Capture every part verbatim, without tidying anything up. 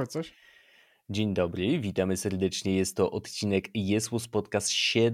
powiedz coś. Dzień dobry, witamy serdecznie. Jest to odcinek Jesus Podcast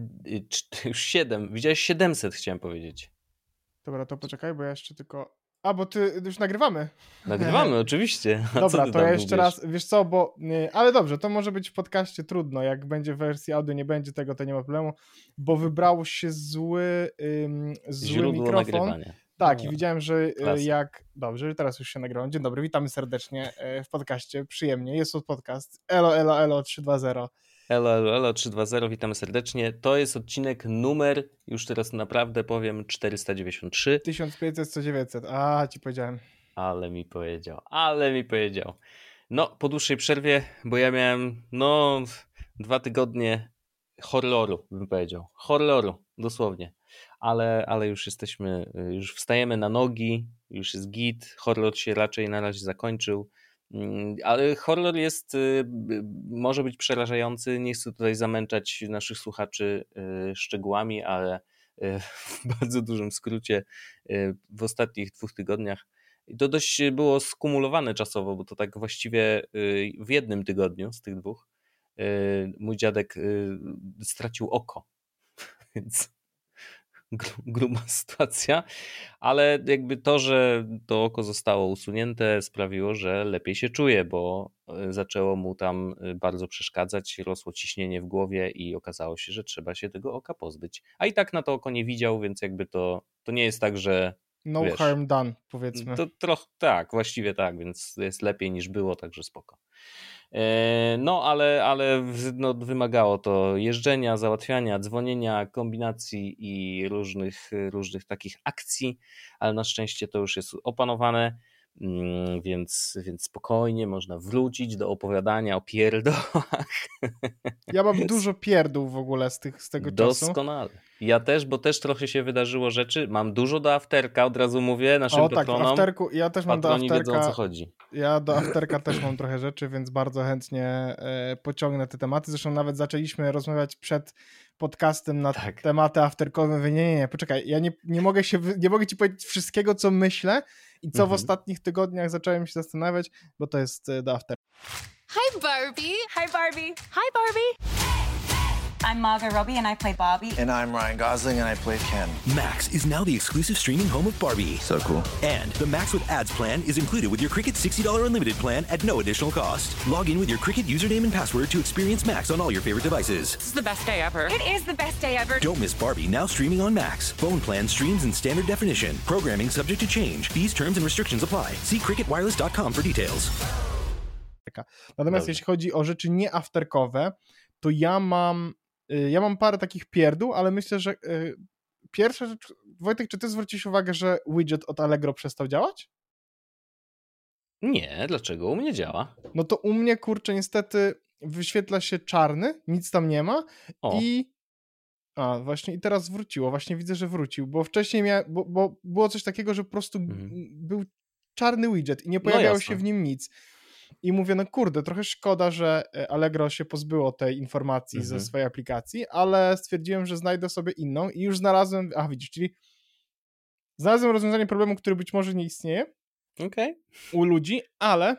siedem. Widziałeś siedemset, chciałem powiedzieć. Dobra, to poczekaj, bo ja jeszcze tylko... A, bo ty już nagrywamy. Nagrywamy, oczywiście. A Dobra, co ty to tam ja jeszcze mówisz? raz, wiesz co, bo... Ale dobrze, to może być w podcaście trudno, jak będzie w wersji audio, nie będzie tego, to nie ma problemu, bo wybrał się zły, ym, zły Źródło mikrofon. nagrywania. Tak, No, i widziałem, że y, klasyk. jak... Dobrze, teraz już się nagrałem. Dzień dobry, witamy serdecznie y, w podcaście, przyjemnie, jest to podcast Elo, elo, elo trzysta dwadzieścia. Elo, elo, elo, trzysta dwadzieścia, witamy serdecznie. To jest odcinek numer, już teraz naprawdę powiem, czterysta dziewięćdziesiąt trzy. tysiąc pięćset, sto dziewięćset, a ci powiedziałem. Ale mi powiedział, ale mi powiedział. No, po dłuższej przerwie, bo ja miałem, no, dwa tygodnie horroru, bym powiedział. Horroru, dosłownie. Ale, ale już jesteśmy, już wstajemy na nogi, już jest git, horror się raczej na razie zakończył. Ale horror jest, może być przerażający, nie chcę tutaj zamęczać naszych słuchaczy szczegółami, ale w bardzo dużym skrócie w ostatnich dwóch tygodniach i to dość było skumulowane czasowo, bo to tak właściwie w jednym tygodniu z tych dwóch mój dziadek stracił oko, więc gruba sytuacja, ale jakby to, że to oko zostało usunięte sprawiło, że lepiej się czuje, bo zaczęło mu tam bardzo przeszkadzać, rosło ciśnienie w głowie i okazało się, że trzeba się tego oka pozbyć. A i tak na to oko nie widział, więc jakby to, to nie jest tak, że No wiesz, harm done, powiedzmy. To trochę tak, właściwie tak, więc jest lepiej niż było, także spoko. No, ale, ale no, wymagało to jeżdżenia, załatwiania, dzwonienia, kombinacji i różnych, różnych takich akcji, ale na szczęście to już jest opanowane, więc, więc spokojnie można wrócić do opowiadania o pierdołach. Ja mam dużo pierdół w ogóle z, tych, z tego czasu. Doskonale. Ja też, bo też trochę się wydarzyło rzeczy. Mam dużo do afterka, od razu mówię naszym o, tak, patronom. W afterku, ja też mam do Patroni afterka. wiedzą, o co chodzi. Ja do afterka też mam trochę rzeczy, więc bardzo chętnie e, pociągnę te tematy. Zresztą nawet zaczęliśmy rozmawiać przed podcastem na Tak. tematy afterkowe. Nie, nie, nie, poczekaj, ja nie, nie, mogę się, nie mogę ci powiedzieć wszystkiego, co myślę i co mhm. w ostatnich tygodniach zacząłem się zastanawiać, bo to jest do afterka. Hi Barbie! Hi Barbie! Hi Barbie! I'm Margot Robbie and I play Barbie. And I'm Ryan Gosling and I play Ken. Max is now the exclusive streaming home of Barbie. So cool. And the Max with Ads plan is included with your Cricket sixty dollars unlimited plan at no additional cost. Log in with your Cricket username and password to experience Max on all your favorite devices. This is the best day ever. It is the best day ever. Don't miss Barbie, now streaming on Max. Phone plan streams in standard definition. Programming subject to change. Fees, terms and restrictions apply. See cricket wireless dot com for details. Natomiast Dobrze. jeśli chodzi o rzeczy nieafterkowe, to ja mam Ja mam parę takich pierdół, ale myślę, że yy, pierwsza rzecz, Wojtek, czy ty zwróciłeś uwagę, że widget od Allegro przestał działać? Nie, dlaczego? U mnie działa. No to u mnie, kurczę, niestety wyświetla się czarny, nic tam nie ma O. i a, właśnie i teraz wróciło, właśnie widzę, że wrócił, bo wcześniej mia... bo, bo było coś takiego, że po prostu Mhm. był czarny widget i nie pojawiało No się w nim nic. I mówię, no kurde, trochę szkoda, że Allegro się pozbyło tej informacji Mhm. ze swojej aplikacji, ale stwierdziłem, że znajdę sobie inną i już znalazłem, a widzisz, czyli znalazłem rozwiązanie problemu, który być może nie istnieje Okej. u ludzi, ale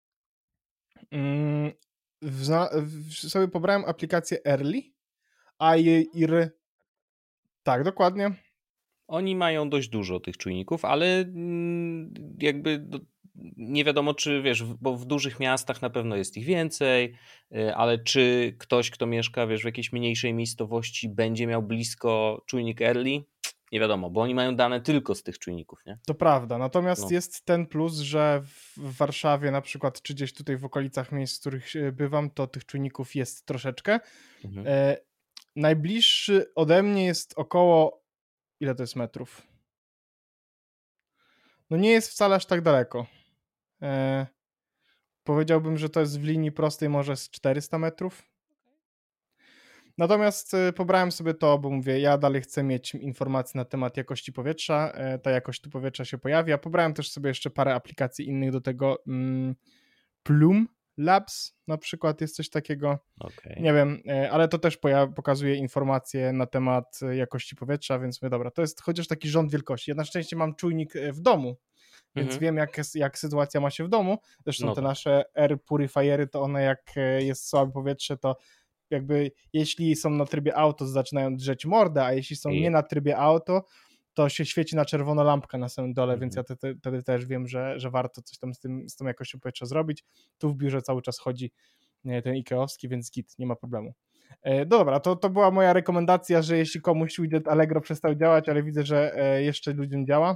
mm, wza, w, sobie pobrałem aplikację Early, a jej ir... tak, dokładnie. Oni mają dość dużo tych czujników, ale mm, jakby do, nie wiadomo, czy wiesz, w- bo w dużych miastach na pewno jest ich więcej, y, ale czy ktoś, kto mieszka, wiesz, w jakiejś mniejszej miejscowości, będzie miał blisko czujnik Early? Nie wiadomo, bo oni mają dane tylko z tych czujników, nie? To prawda, natomiast No. jest ten plus, że w Warszawie na przykład, czy gdzieś tutaj w okolicach miejsc, w których się bywam, to tych czujników jest troszeczkę. Mhm. E, najbliższy ode mnie jest około, ile to jest metrów? No nie jest wcale aż tak daleko. E, powiedziałbym, że to jest w linii prostej może z czterysta metrów. Natomiast e, pobrałem sobie to, bo mówię, ja dalej chcę mieć informacje na temat jakości powietrza. E, ta jakość tu powietrza się pojawia. Pobrałem też sobie jeszcze parę aplikacji innych do tego. Mm, Plume Labs na przykład jest coś takiego. Okej. Nie wiem, e, ale to też poja- pokazuje informacje na temat e, jakości powietrza, więc mówię, dobra, to jest chociaż taki rząd wielkości. Ja na szczęście mam czujnik e, w domu, więc Mhm. wiem jak, jest, jak sytuacja ma się w domu. Zresztą No te tak. nasze air purifiery, to one jak e, jest słabe powietrze, to jakby jeśli są na trybie auto, to zaczynają drzeć mordę, a jeśli są Je- nie na trybie auto, to się świeci na czerwono lampka na samym dole, Mhm. więc ja wtedy te, te, też wiem, że, że warto coś tam z, tym, z tą jakością powietrza zrobić. Tu w biurze cały czas chodzi e, ten ikeowski, więc git, nie ma problemu. E, dobra, to, to była moja rekomendacja, że jeśli komuś widget Allegro przestał działać, ale widzę, że e, jeszcze ludziom działa.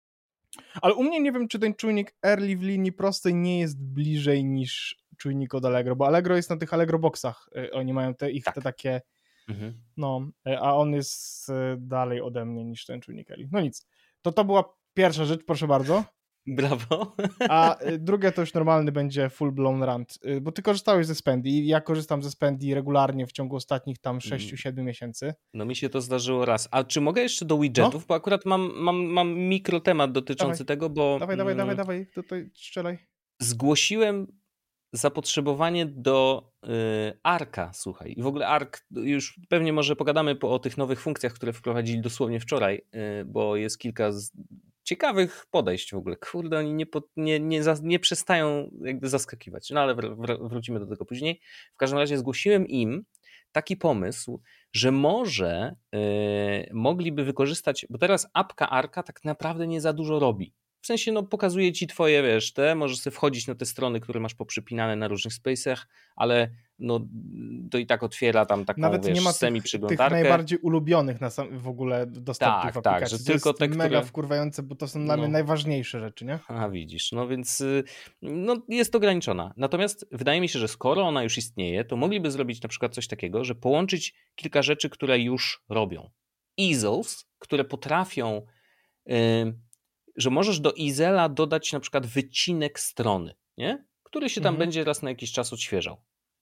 Ale u mnie nie wiem, czy ten czujnik Early w linii prostej nie jest bliżej niż czujnik od Allegro, bo Allegro jest na tych Allegro Boxach. E, Oni mają te ich Tak. te takie, Mhm. no, e, a on jest e, dalej ode mnie niż ten czujnik Early. No nic. To to była pierwsza rzecz, proszę bardzo. Brawo. A y, drugie to już normalny będzie full blown rant, y, bo ty korzystałeś ze Spendi i ja korzystam ze Spendi regularnie w ciągu ostatnich tam sześć siedem miesięcy. No mi się to zdarzyło raz. A czy mogę jeszcze do widgetów? No. Bo akurat mam, mam, mam mikrotemat dotyczący Dawaj. tego, bo Dawaj, dawaj, mm, dawaj, dawaj, tutaj strzelaj. zgłosiłem zapotrzebowanie do y, Arka, słuchaj. I w ogóle Ark, już pewnie może pogadamy po, o tych nowych funkcjach, które wprowadzili dosłownie wczoraj, y, bo jest kilka z ciekawych podejść w ogóle. Kurde, oni nie, po, nie, nie, za, nie przestają jakby zaskakiwać. No ale wr, wr, wrócimy do tego później. W każdym razie zgłosiłem im taki pomysł, że może y, mogliby wykorzystać, bo teraz apka Arka tak naprawdę nie za dużo robi. W sensie, no pokazuje ci twoje, wiesz, te, możesz sobie wchodzić na te strony, które masz poprzypinane na różnych spacech, ale no to i tak otwiera tam taką, Nawet wiesz, nie ma tych, tych semi-przeglądarkę. najbardziej ulubionych na sam, w ogóle dostępnych Tak, w tak, aplikacji. że To tylko jest te, mega które- wkurwające, bo to są dla No. mnie najważniejsze rzeczy, nie? A widzisz, no więc y, no, jest ograniczona. Natomiast wydaje mi się, że skoro ona już istnieje, to mogliby zrobić na przykład coś takiego, że połączyć kilka rzeczy, które już robią. Easels, które potrafią, y, że możesz do easela dodać na przykład wycinek strony, nie? Który się tam Mhm. będzie raz na jakiś czas odświeżał.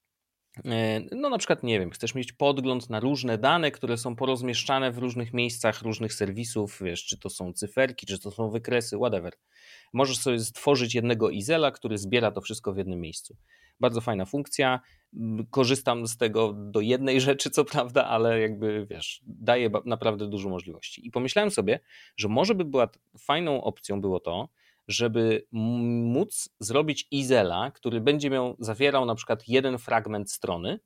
No na przykład, nie wiem, chcesz mieć podgląd na różne dane, które są porozmieszczane w różnych miejscach, różnych serwisów, wiesz, czy to są cyferki, czy to są wykresy, whatever. Możesz sobie stworzyć jednego easela, który zbiera to wszystko w jednym miejscu. Bardzo fajna funkcja, korzystam z tego do jednej rzeczy, co prawda, ale jakby, wiesz, daje naprawdę dużo możliwości. I pomyślałem sobie, że może by była fajną opcją było to, żeby móc zrobić easela, który będzie miał, zawierał na przykład jeden fragment strony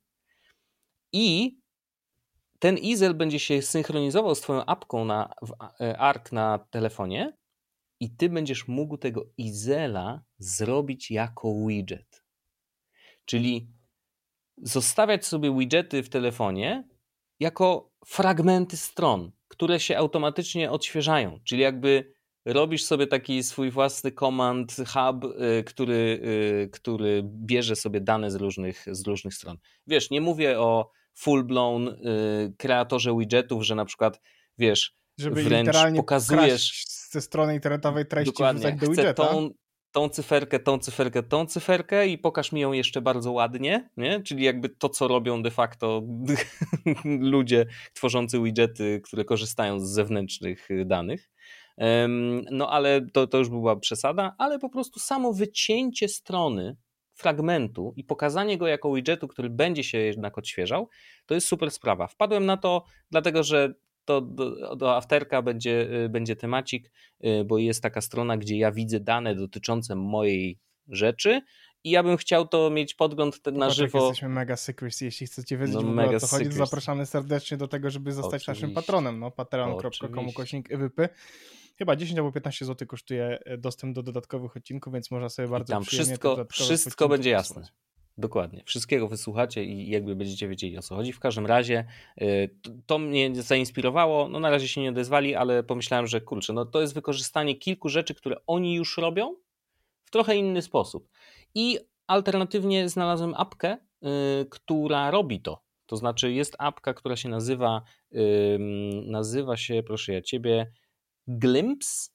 i ten easel będzie się synchronizował z twoją apką na, w Ark na telefonie i ty będziesz mógł tego easela zrobić jako widget. Czyli zostawiać sobie widgety w telefonie jako fragmenty stron, które się automatycznie odświeżają. Czyli jakby robisz sobie taki swój własny command hub, y, który, y, który bierze sobie dane z różnych, z różnych stron. Wiesz, nie mówię o full-blown y, kreatorze widgetów, że na przykład, wiesz, Żeby wręcz literalnie pokazujesz ze strony internetowej treści dokładnie, wrzucać do chcę widgeta. tą, tą cyferkę, tą cyferkę, tą cyferkę i pokaż mi ją jeszcze bardzo ładnie, nie? Czyli jakby to, co robią de facto ludzie tworzący widgety, które korzystają z zewnętrznych danych. No ale to, to już była przesada, ale po prostu samo wycięcie strony, fragmentu i pokazanie go jako widgetu, który będzie się jednak odświeżał, to jest super sprawa. Wpadłem na to dlatego, że to do, do Afterka będzie, będzie temacik, bo jest taka strona, gdzie ja widzę dane dotyczące mojej rzeczy i ja bym chciał to mieć podgląd ten na Popatrz, jak żywo. jesteśmy mega secrecy. Jeśli chcecie wiedzieć No, w ogóle mega o co chodzi, to secrecy. zapraszamy serdecznie do tego, żeby zostać Oczywiście. naszym patronem. No, patreon kropka com Oczywiście. ukośnik ewypy. Chyba dziesięć albo piętnaście złotych kosztuje dostęp do dodatkowych odcinków, więc można sobie I bardzo tam przyjemnie te wszystko, dodatkowe wszystko odcinki będzie posłuchać. jasne. Dokładnie. Wszystkiego wysłuchacie i jakby będziecie wiedzieli, o co chodzi. W każdym razie y, to, to mnie zainspirowało. No na razie się nie odezwali, ale pomyślałem, że kurczę, no to jest wykorzystanie kilku rzeczy, które oni już robią w trochę inny sposób. I alternatywnie znalazłem apkę, y, która robi to. To znaczy jest apka, która się nazywa y, nazywa się, proszę ja ciebie, Glimpse.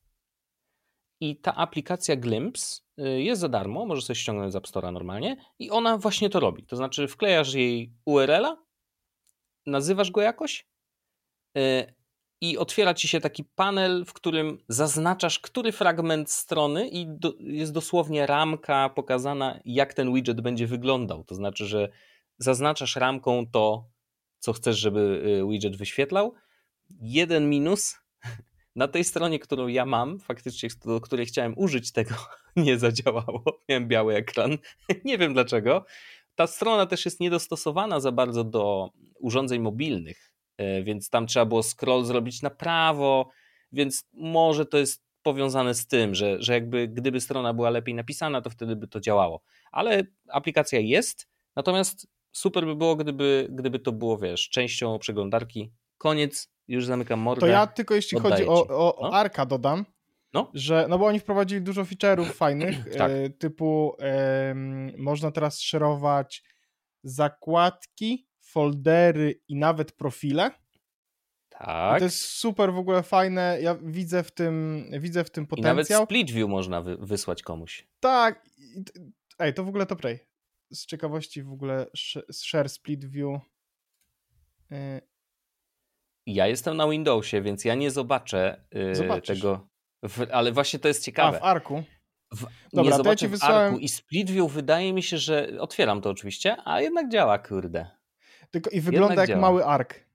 I ta aplikacja Glimpse jest za darmo, możesz sobie ściągnąć z App Store'a normalnie i ona właśnie to robi. To znaczy wklejasz jej U R L-a, nazywasz go jakoś yy, i otwiera ci się taki panel, w którym zaznaczasz, który fragment strony i do, jest dosłownie ramka pokazana, jak ten widget będzie wyglądał. To znaczy, że zaznaczasz ramką to, co chcesz, żeby widget wyświetlał. Jeden minus na tej stronie, którą ja mam, faktycznie, do której chciałem użyć tego, nie zadziałało. Miałem biały ekran. Nie wiem dlaczego. Ta strona też jest niedostosowana za bardzo do urządzeń mobilnych, więc tam trzeba było scroll zrobić na prawo, więc może to jest powiązane z tym, że, że jakby gdyby strona była lepiej napisana, to wtedy by to działało. Ale aplikacja jest, natomiast super by było, gdyby, gdyby to było, wiesz, częścią przeglądarki. Koniec, już zamykam mordę. To ja tylko jeśli Oddaję chodzi o, ci. o, o No. Arka dodam, No. że, no bo oni wprowadzili dużo feature'ów fajnych, Tak. e, typu e, można teraz szerować zakładki, foldery i nawet profile. Tak. I to jest super w ogóle fajne, ja widzę w tym, widzę w tym I nawet potencjał. split view można wy, wysłać komuś. Tak, i- ej, to w ogóle to play. Z ciekawości w ogóle sh- share split view. E, Ja jestem na Windowsie, więc ja nie zobaczę yy, Zobaczysz. tego, w, ale właśnie to jest A, ciekawe. w Arku. W, Dobra, nie to ja zobaczę ci w wysłałem- Arku i split view wydaje mi się, że otwieram to oczywiście, a jednak działa, kurde. Tylko i wygląda jak działa. mały Ark.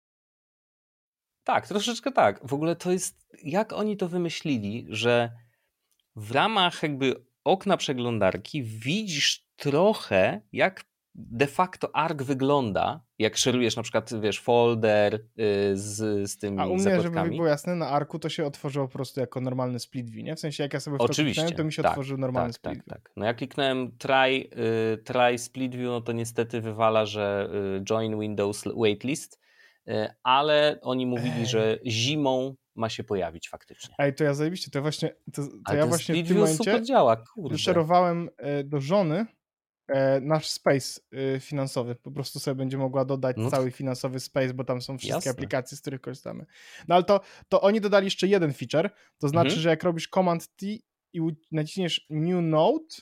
Tak, troszeczkę tak. W ogóle to jest, jak oni to wymyślili, że w ramach jakby okna przeglądarki widzisz trochę, jak de facto Arc wygląda, jak szerujesz na przykład, wiesz, folder y, z, z tymi A u mnie, żeby zakładkami. było jasne, na Arku to się otworzyło po prostu jako normalny split view, nie? W sensie jak ja sobie w to Oczywiście, kliknąłem, to mi się tak, otworzył normalny tak, split tak, view. tak. No ja kliknąłem try, y, try split view, no to niestety wywala, że y, join Windows waitlist, y, ale oni mówili, Ej. że zimą ma się pojawić faktycznie. Ej, to ja zajebiście, to właśnie, to, to Ale ja ten właśnie w split tym view momencie super działa, kurde. szerowałem e, do żony e, nasz space e, finansowy. Po prostu sobie będzie mogła dodać No cały finansowy space, bo tam są wszystkie Jasne. aplikacje, z których korzystamy. No ale to, to oni dodali jeszcze jeden feature, to znaczy, Mhm. że jak robisz Command T i u- naciśniesz New Note,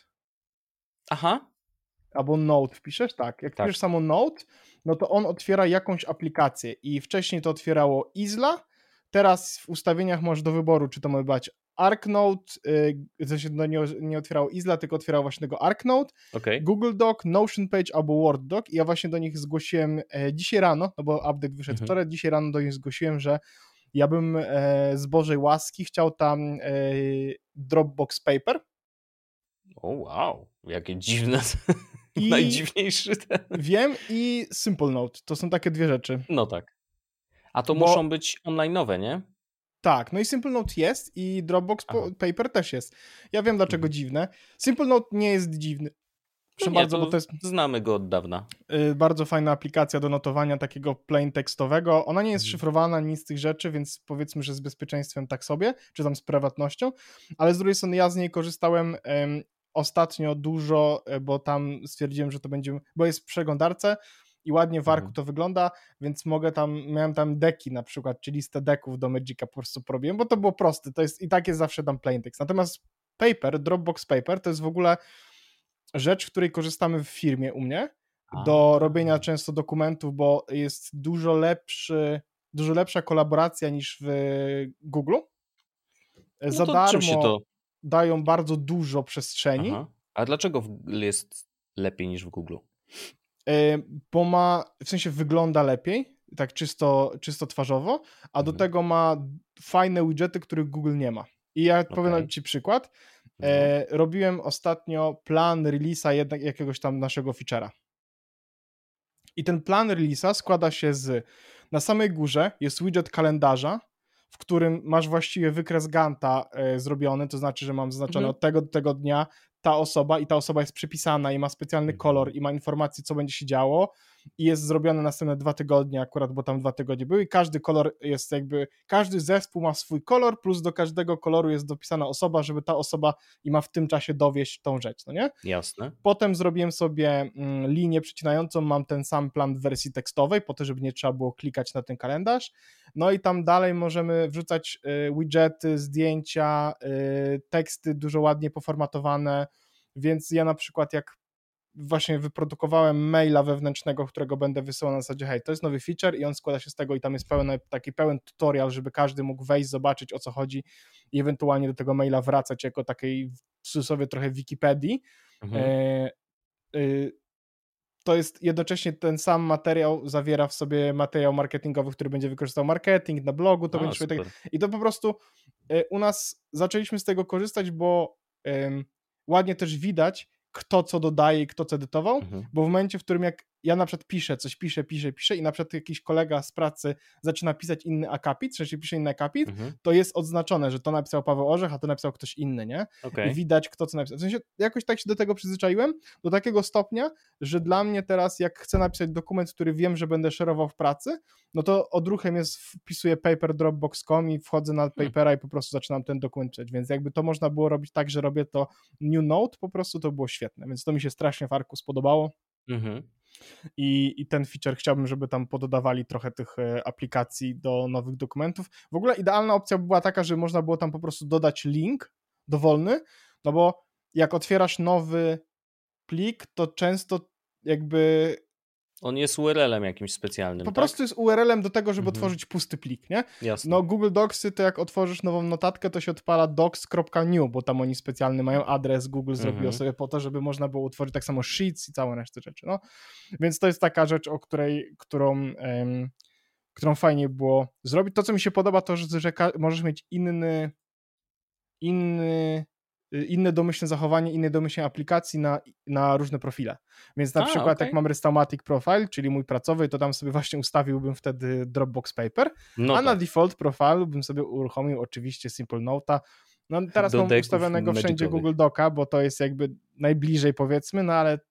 Aha, albo Note wpiszesz, tak, jak Tak. wpiszesz samo Note, no to on otwiera jakąś aplikację i wcześniej to otwierało Isla, teraz w ustawieniach masz do wyboru, czy to ma być ArcNote, yy, to się no, nie, nie otwierało Isla, tylko otwierało właśnie tego ArcNote, okej. Google Doc, Notion Page albo Word Doc i ja właśnie do nich zgłosiłem e, dzisiaj rano, no bo update wyszedł Mhm. wczoraj, dzisiaj rano do nich zgłosiłem, że ja bym e, z Bożej łaski chciał tam e, Dropbox Paper. O wow, jakie dziwne, I- najdziwniejszy ten. Wiem i Simple Note, to są takie dwie rzeczy. No tak. A to Bo- muszą być online'owe, nie? Tak, no i Simple Note jest i Dropbox po- Aha. Paper też jest. Ja wiem dlaczego Mhm. dziwne. Simple Note nie jest dziwny. Proszę No nie, bardzo, bo to jest znamy go od dawna. y, bardzo fajna aplikacja do notowania takiego plain tekstowego. Ona nie jest Mhm. szyfrowana, nic z tych rzeczy, więc powiedzmy, że z bezpieczeństwem tak sobie, czy tam z prywatnością, ale z drugiej strony ja z niej korzystałem em, ostatnio dużo, e, bo tam stwierdziłem, że to będzie, bo jest w przeglądarce i ładnie w Arku Mhm. to wygląda, więc mogę tam, miałem tam deki na przykład, czy listę deków do Magica po prostu porobiłem, bo to było proste, to jest i tak jest zawsze tam plain text. Natomiast Paper, Dropbox Paper to jest w ogóle rzecz, w której korzystamy w firmie u mnie do A. robienia często dokumentów, bo jest dużo lepszy, dużo lepsza kolaboracja niż w Google. No Za to darmo czym się to... dają bardzo dużo przestrzeni, Aha. A dlaczego w Google jest lepiej niż w Google? y, bo ma, w sensie wygląda lepiej, tak czysto, czysto twarzowo, a do Mhm. tego ma fajne widgety, których Google nie ma. I ja powiem Okej. Ci przykład. No. E, robiłem ostatnio plan release'a jednak jakiegoś tam naszego feature'a. I ten plan release'a składa się z, na samej górze jest widget kalendarza, w którym masz właściwie wykres Ganta e, zrobiony, to znaczy, że mam zaznaczone Mhm. od tego do tego dnia ta osoba i ta osoba jest przypisana i ma specjalny Mhm. kolor i ma informacje, co będzie się działo i jest zrobione następne dwa tygodnie akurat, bo tam dwa tygodnie były i każdy kolor jest jakby, każdy zespół ma swój kolor, plus do każdego koloru jest dopisana osoba, żeby ta osoba i ma w tym czasie dowieść tą rzecz, no nie? Jasne. Potem zrobiłem sobie mm, linię przecinającą, mam ten sam plan w wersji tekstowej, po to, żeby nie trzeba było klikać na ten kalendarz. No i tam dalej możemy wrzucać y, widgety, zdjęcia, y, teksty dużo ładnie poformatowane, więc ja na przykład jak właśnie wyprodukowałem maila wewnętrznego, którego będę wysyłał na zasadzie, hej, to jest nowy feature i on składa się z tego i tam jest pełen, taki pełen tutorial, żeby każdy mógł wejść, zobaczyć o co chodzi i ewentualnie do tego maila wracać jako takiej w cudzysłowie trochę Wikipedii. Mhm. E, y, to jest jednocześnie ten sam materiał zawiera w sobie materiał marketingowy, który będzie wykorzystał marketing na blogu, to A, będzie tak, super. i to po prostu y, u nas zaczęliśmy z tego korzystać, bo ym, ładnie też widać, kto co dodaje i kto co edytował, Mhm. bo w momencie, w którym jak ja na przykład piszę, coś piszę, piszę, piszę i na przykład jakiś kolega z pracy zaczyna pisać inny akapit, w sensie pisze inny akapit, Mhm. to jest odznaczone, że to napisał Paweł Orzech, a to napisał ktoś inny, nie? Okej. I widać, kto co napisał. W sensie jakoś tak się do tego przyzwyczaiłem, do takiego stopnia, że dla mnie teraz, jak chcę napisać dokument, który wiem, że będę szerował w pracy, no to odruchem jest, wpisuję paper dropbox kropka com i wchodzę na papera i po prostu zaczynam ten dokument czytać, więc jakby to można było robić tak, że robię to new note, po prostu to było świetne, więc to mi się strasznie w Arku spodobało. Mhm. I, I ten feature chciałbym, żeby tam pododawali trochę tych e, aplikacji do nowych dokumentów. W ogóle idealna opcja była taka, że można było tam po prostu dodać link dowolny, no bo jak otwierasz nowy plik, to często jakby On jest U R L-em jakimś specjalnym, po tak? prostu jest U R L-em do tego, żeby Mhm. otworzyć pusty plik, nie? Jasne. No Google Docsy, to jak otworzysz nową notatkę, to się odpala docs kropka new, bo tam oni specjalny mają adres, Google zrobiło Mhm. sobie po to, żeby można było utworzyć tak samo Sheets i całą resztę rzeczy, no. Więc to jest taka rzecz, o której, którą, em, którą fajnie było zrobić. To, co mi się podoba, to, że, że ka- możesz mieć inny, inny, inne domyślne zachowanie, inne domyślne aplikacji na, na różne profile. Więc na A, przykład okej. jak mam Restaumatic Profile, czyli mój pracowy, to tam sobie właśnie ustawiłbym wtedy Dropbox Paper, No a na tak. default profile bym sobie uruchomił oczywiście Simple Note'a. No teraz Do mam decków ustawionego wszędzie magicowych. Google Doca, bo to jest jakby najbliżej powiedzmy, no ale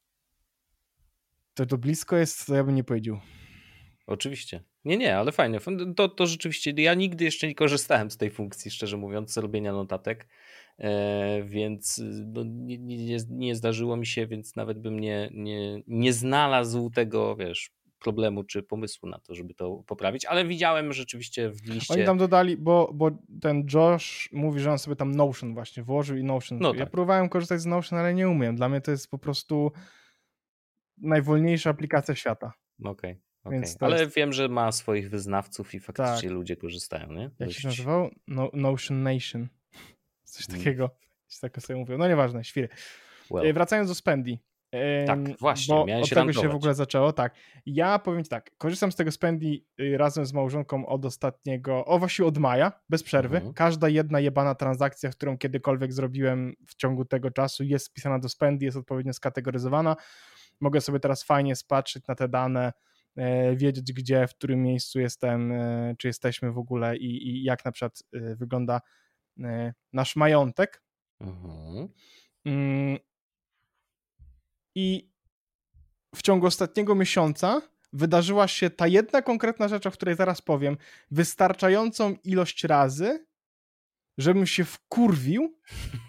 to, to blisko jest, to ja bym nie powiedział. Oczywiście. Nie, nie, ale fajne. To, to rzeczywiście, ja nigdy jeszcze nie korzystałem z tej funkcji, szczerze mówiąc, robienia notatek, e, więc no, nie, nie, nie zdarzyło mi się, więc nawet bym nie, nie, nie znalazł tego, wiesz, problemu czy pomysłu na to, żeby to poprawić, ale widziałem rzeczywiście w liście... Oni tam dodali, bo, bo ten Josh mówi, że on sobie tam Notion właśnie włożył i Notion. No Ja tak. próbowałem korzystać z Notion, ale nie umiem. Dla mnie to jest po prostu najwolniejsza aplikacja świata. Okej, okej. Więc to Ale jest- wiem, że ma swoich wyznawców i faktycznie Tak. ludzie korzystają, nie? Jak Dość- się nazywał? No, Notion Nation. Coś Mm. takiego. Coś takiego sobie mówią. No nieważne, świry. Well. E, Wracając do Spendi. Em, Tak, właśnie, bo miałem od się tego się w rantować. ogóle zaczęło, tak. Ja powiem ci tak, korzystam z tego Spendi y, razem z małżonką od ostatniego, o właściwie od maja, bez przerwy. Mhm. Każda jedna jebana transakcja, którą kiedykolwiek zrobiłem w ciągu tego czasu jest spisana do Spendi, jest odpowiednio skategoryzowana. Mogę sobie teraz fajnie spatrzeć na te dane, e, wiedzieć gdzie, w którym miejscu jestem, e, czy jesteśmy w ogóle i, i jak na przykład e, wygląda e, nasz majątek. Mhm. Mm. I w ciągu ostatniego miesiąca wydarzyła się ta jedna konkretna rzecz, o której zaraz powiem, wystarczającą ilość razy, żebym się wkurwił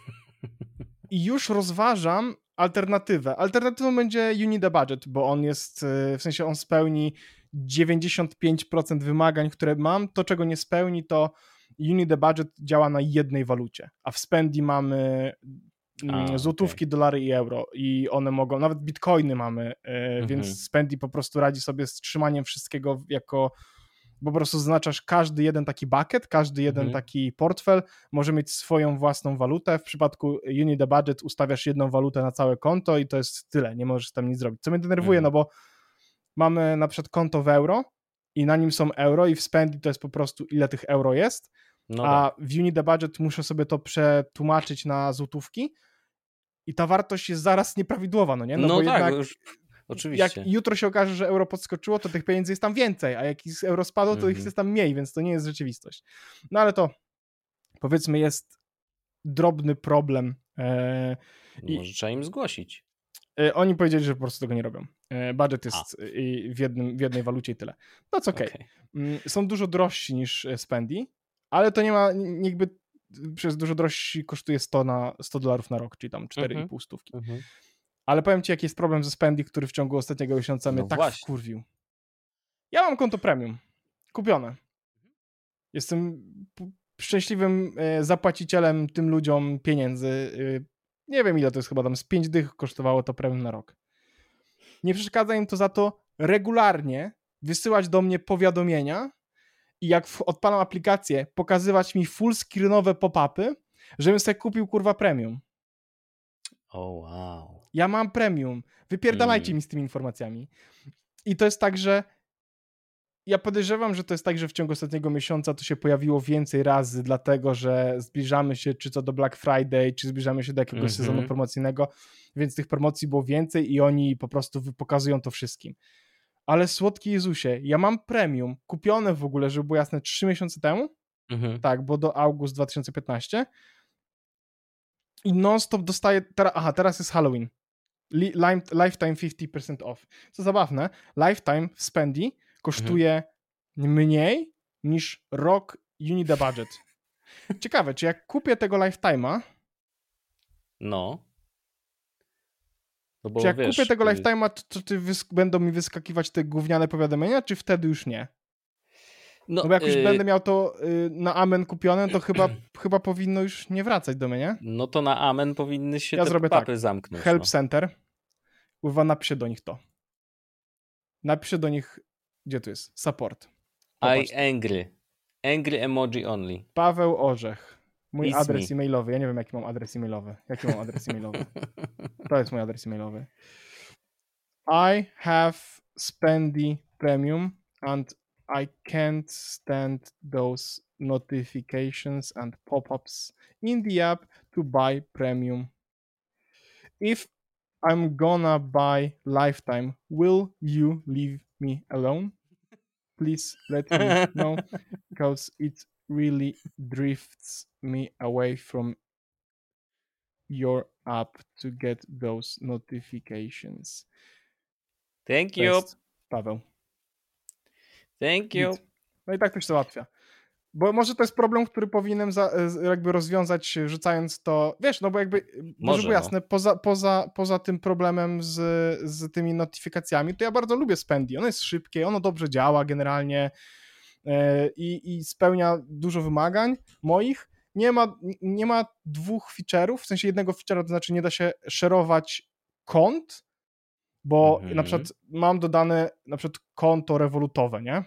i już rozważam alternatywę. Alternatywą będzie You Need a Budget, bo on jest, w sensie on spełni dziewięćdziesiąt pięć procent wymagań, które mam. To, czego nie spełni, to You Need a Budget działa na jednej walucie, a w Spendi mamy A, złotówki, okej. dolary i euro i one mogą, nawet bitcoiny mamy, Mhm. więc Spendi po prostu radzi sobie z trzymaniem wszystkiego jako, po prostu zaznaczasz każdy jeden taki bucket, każdy jeden Mhm. taki portfel, może mieć swoją własną walutę. W przypadku You Need a Budget ustawiasz jedną walutę na całe konto i to jest tyle, nie możesz tam nic zrobić. Co mnie denerwuje, Mhm. no bo mamy na przykład konto w euro i na nim są euro i w Spendi to jest po prostu ile tych euro jest, No a tak. w You Need a Budget muszę sobie to przetłumaczyć na złotówki i ta wartość jest zaraz nieprawidłowa, no nie? No, bo tak, jednak już, jak oczywiście. jutro się okaże, że euro podskoczyło, to tych pieniędzy jest tam więcej, a jak z euro spadło, to ich Mhm. jest tam mniej, więc to nie jest rzeczywistość. No ale to powiedzmy jest drobny problem. E, i- Może trzeba im zgłosić. e, oni powiedzieli, że po prostu tego nie robią. E, budget jest e, w, jednym, w jednej walucie i tyle. No co okej. Okej. Mm, Są dużo drożsi niż e, Spendi, ale to nie ma, n- jakby przez dużo drożsi kosztuje sto na sto dolarów na rok, czyli tam cztery i pół stówki. Mhm. Ale powiem ci, jaki jest problem ze Spendi, który w ciągu ostatniego miesiąca mnie No tak właśnie. wkurwił. Ja mam konto premium. Kupione. Jestem p- szczęśliwym e, zapłacicielem tym ludziom pieniędzy. E, nie wiem ile to jest, chyba tam z pięć dych kosztowało to premium na rok. Nie przeszkadza im to za to regularnie wysyłać do mnie powiadomienia i jak w- odpalam aplikację, pokazywać mi full screenowe pop-upy, żebym sobie kupił kurwa premium. O wow. Ja mam premium. Wypierdalajcie Mm. mi z tymi informacjami. I to jest tak, że ja podejrzewam, że to jest tak, że w ciągu ostatniego miesiąca to się pojawiło więcej razy, dlatego że zbliżamy się czy co do Black Friday, czy zbliżamy się do jakiegoś Mhm. sezonu promocyjnego, więc tych promocji było więcej i oni po prostu wy- pokazują to wszystkim. Ale słodki Jezusie, ja mam premium, kupione w ogóle, żeby było jasne, trzy miesiące temu, Mhm. tak, bo do august dwa tysiące piętnastego i non-stop dostaję, teraz, aha, teraz jest Halloween, Li, lime, lifetime fifty percent off. Co zabawne, lifetime w Spendi kosztuje mniej niż rok Unit the Budget. Ciekawe, czy jak kupię tego lifetime'a, No. No bo czy jak wiesz, kupię tego y, lifetime'a, to, to ty wysk- będą mi wyskakiwać te gówniane powiadomienia, czy wtedy już nie? no, No bo jak już y, będę miał to y, na amen kupione, to chyba, chyba powinno już nie wracać do mnie, nie? no to na amen powinny się Ja te zrobię pop-upy tak. zamknąć. Help no. Center. Uwa, napiszę do nich to. Napiszę do nich, gdzie tu jest? Support. I Popatrz. angry. Angry emoji only. Paweł Orzech. Mój It's adres me. e-mailowy. Ja nie wiem, jaki mam adres e-mailowy. Jaki mam adres e-mailowy? To jest mój adres e-mailowy. I have Spendi Premium and I can't stand those notifications and pop-ups in the app to buy premium. If I'm gonna buy lifetime, will you leave me alone? Please let me know, because it really drifts me away from your app to get those notifications. Thank To you. jest Paweł. Thank you. Git. No i tak to się załatwia. Bo może to jest problem, który powinienem za, jakby rozwiązać, rzucając to, wiesz, no bo jakby, może, Może, było no. jasne, poza, poza, poza tym problemem z, z tymi notyfikacjami, to ja bardzo lubię Spendi. Ono jest szybkie, ono dobrze działa generalnie e, i, i spełnia dużo wymagań moich. Nie ma, nie ma dwóch feature'ów, w sensie jednego feature'a, to znaczy nie da się szerować kont, bo Mhm. na przykład mam dodane na przykład konto rewolutowe, nie?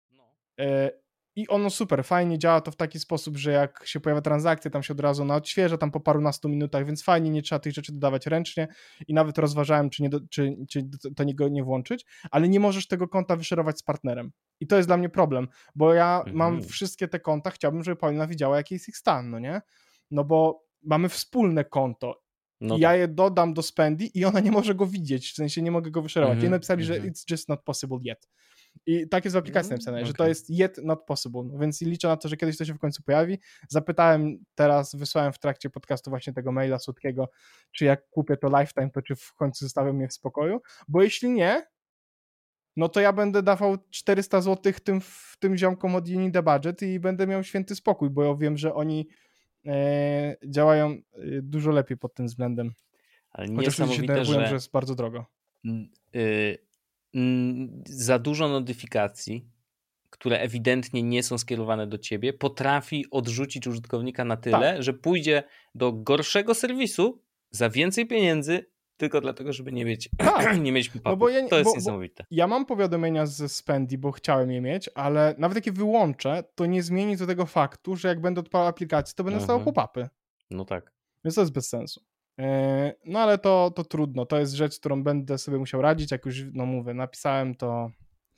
E, I ono super, fajnie działa to w taki sposób, że jak się pojawia transakcja, tam się od razu ona odświeża, tam po parunastu minutach, więc fajnie, nie trzeba tych rzeczy dodawać ręcznie i nawet rozważałem, czy, nie do, czy, czy to niego nie włączyć, ale nie możesz tego konta wyszerować z partnerem. I to jest dla mnie problem, bo ja Mhm. mam wszystkie te konta, chciałbym, żeby Paulina widziała, jaki jest ich stan, no nie? No bo mamy wspólne konto. No I ja tak. je dodam do Spendi i ona nie może go widzieć, w sensie nie mogę go wyszerować. Mhm, I napisali, że mhm. it's just not possible yet. I tak jest w aplikacji Mm, napisane, że okej. to jest yet not possible, no więc liczę na to, że kiedyś to się w końcu pojawi. Zapytałem teraz, wysłałem w trakcie podcastu właśnie tego maila słodkiego, czy jak kupię to lifetime, to czy w końcu zostawią mnie w spokoju, bo jeśli nie, no to ja będę dawał czterysta złotych tym, tym ziomkom od Unit the Budget i będę miał święty spokój, bo ja wiem, że oni e, działają e, dużo lepiej pod tym względem. Ale Chociaż ludzie się niesamowite, denerwują, że... że że jest bardzo drogo. mm, y, mm, za dużo notyfikacji, które ewidentnie nie są skierowane do ciebie, potrafi odrzucić użytkownika na tyle, Tak. że pójdzie do gorszego serwisu za więcej pieniędzy, tylko dlatego, żeby nie mieć, Tak. nie mieć pop-upów. No bo ja nie- To jest bo- bo- niesamowite. Ja mam powiadomienia ze Spendi, bo chciałem je mieć, ale nawet jak je wyłączę, to nie zmieni to tego faktu, że jak będę odpalał aplikację, to będę dostawał Mhm. pop-upy. No tak. Więc to jest bez sensu. Yy, No ale to, to trudno. To jest rzecz, z którą będę sobie musiał radzić. Jak już, no mówię, napisałem, to,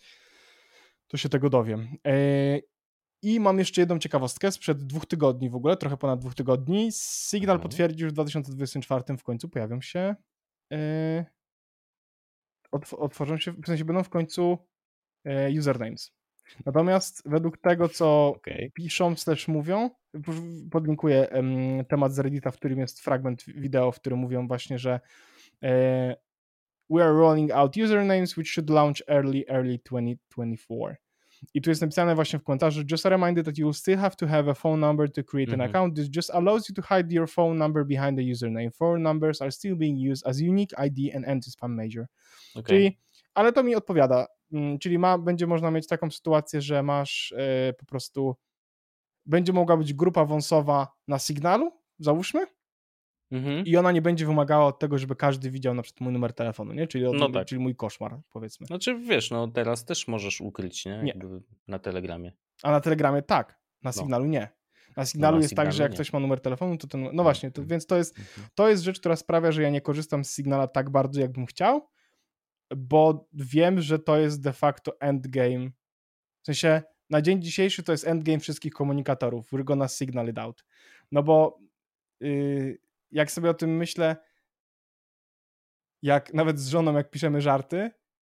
to się tego dowiem. Yy, I mam jeszcze jedną ciekawostkę sprzed dwóch tygodni w ogóle, trochę ponad dwóch tygodni. Signal Mhm. potwierdził, że w dwa tysiące dwudziestym czwartym w końcu pojawią się yy, otw- otworzą się, w sensie będą w końcu yy, usernames. Natomiast według tego, co Okej. piszą, też mówią, podlinkuję em, temat z Reddita, w którym jest fragment wideo, w którym mówią właśnie, że e, we are rolling out usernames which should launch early, early twenty twenty-four. I tu jest napisane właśnie w komentarzu, just a reminder that you will still have to have a phone number to create an Mhm. account. This just allows you to hide your phone number behind the username. Phone numbers are still being used as unique I D and anti-spam measure. Okej. Czyli, ale to mi odpowiada. Mm, Czyli ma, będzie można mieć taką sytuację, że masz e, po prostu, będzie mogła być grupa wąsowa na Signalu, załóżmy, Mhm. i ona nie będzie wymagała od tego, żeby każdy widział na przykład mój numer telefonu, nie? Czyli, od, No tak. czyli mój koszmar, powiedzmy. Znaczy wiesz, no teraz też możesz ukryć, nie? Nie. Jakby na Telegramie. A na Telegramie tak, na No. Signalu nie. Na Signalu No, na jest tak, Signalu że jak nie. ktoś ma numer telefonu, to ten... No właśnie, to, więc to jest, to jest rzecz, która sprawia, że ja nie korzystam z Signala tak bardzo, jakbym chciał, bo wiem, że to jest de facto endgame. W sensie na dzień dzisiejszy to jest endgame wszystkich komunikatorów. We're gonna signal it out. No bo yy, jak sobie o tym myślę, jak nawet z żoną, jak piszemy żarty,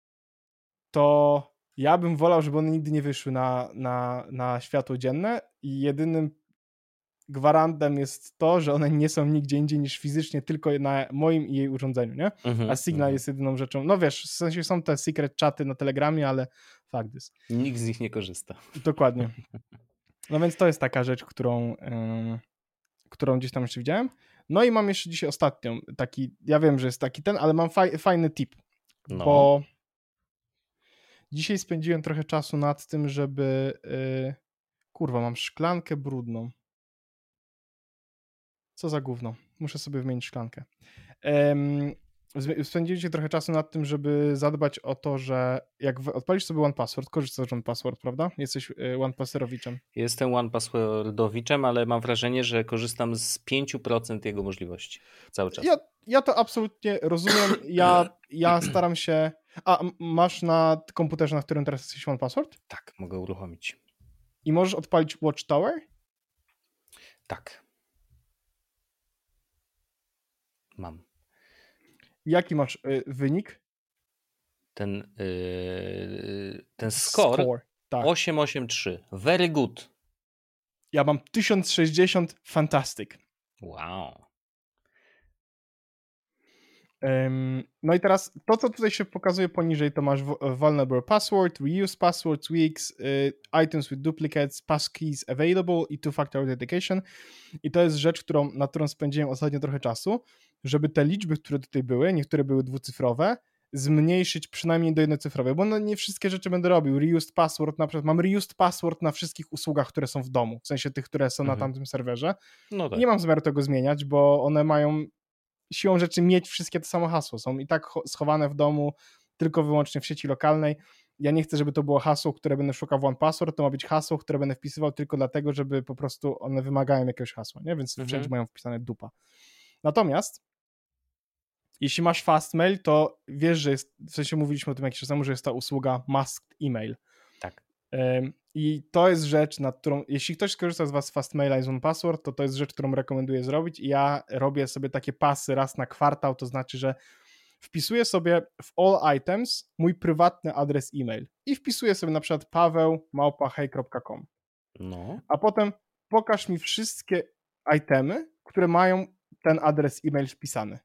to ja bym wolał, żeby one nigdy nie wyszły na, na, na światło dzienne i jedynym gwarantem jest to, że one nie są nigdzie indziej niż fizycznie tylko na moim i jej urządzeniu, nie? Mhm, A Signal mhm. jest jedyną rzeczą. No wiesz, w sensie są te secret czaty na Telegramie, ale fakt jest. Nikt z nich nie korzysta. Dokładnie. No więc to jest taka rzecz, którą, yy, którą gdzieś tam jeszcze widziałem. No i mam jeszcze dzisiaj ostatnią, taki, ja wiem, że jest taki ten, ale mam faj, fajny tip, No. bo dzisiaj spędziłem trochę czasu nad tym, żeby yy, kurwa, mam szklankę brudną. Co za gówno. Muszę sobie wymienić szklankę. Um, spędziliście trochę czasu nad tym, żeby zadbać o to, że jak odpalisz sobie one password, korzystasz z one password, prawda? Jesteś one passerowiczem. Jestem one passwordowiczem, ale mam wrażenie, że korzystam z pięć procent jego możliwości cały czas. Ja, ja to absolutnie rozumiem. Ja, ja staram się... A, masz na komputerze, na którym teraz jesteś one password? Tak, mogę uruchomić. I możesz odpalić Watchtower? Tak. Mam. Jaki masz y, wynik? Ten, yy, ten score, Score. Tak. osiem osiem trzy. Very good. Ja mam tysiąc sześćdziesiąt. Fantastic. Wow. Um, no i teraz to, co tutaj się pokazuje poniżej, to masz vulnerable password, reuse passwords, weaks, y, items with duplicates, passkeys available i two-factor authentication. I to jest rzecz, którą, na którą spędziłem ostatnio trochę czasu, żeby te liczby, które tutaj były, niektóre były dwucyfrowe, zmniejszyć przynajmniej do jednocyfrowej, bo no nie wszystkie rzeczy będę robił. Reused password, na przykład mam reused password na wszystkich usługach, które są w domu, w sensie tych, które są Mhm. na tamtym serwerze. No tak. Nie mam zamiaru tego zmieniać, bo one mają siłą rzeczy mieć wszystkie to samo hasło. Są i tak schowane w domu, tylko wyłącznie w sieci lokalnej. Ja nie chcę, żeby to było hasło, które będę szukał w one password, to ma być hasło, które będę wpisywał tylko dlatego, żeby po prostu one wymagają jakiegoś hasła, nie? Więc Mhm. wszędzie mają wpisane dupa. Natomiast jeśli masz Fastmail, to wiesz, że jest, w sensie mówiliśmy o tym jakiś czas temu, że jest ta usługa Masked Email. Tak. Um, I to jest rzecz, nad którą, jeśli ktoś skorzysta z was z Fastmaila i z one password, to to jest rzecz, którą rekomenduję zrobić i ja robię sobie takie pasy raz na kwartał, to znaczy, że wpisuję sobie w all items mój prywatny adres e-mail i wpisuję sobie na przykład paweł małpa hej kropka com. No. A potem pokaż mi wszystkie itemy, które mają ten adres e-mail wpisany.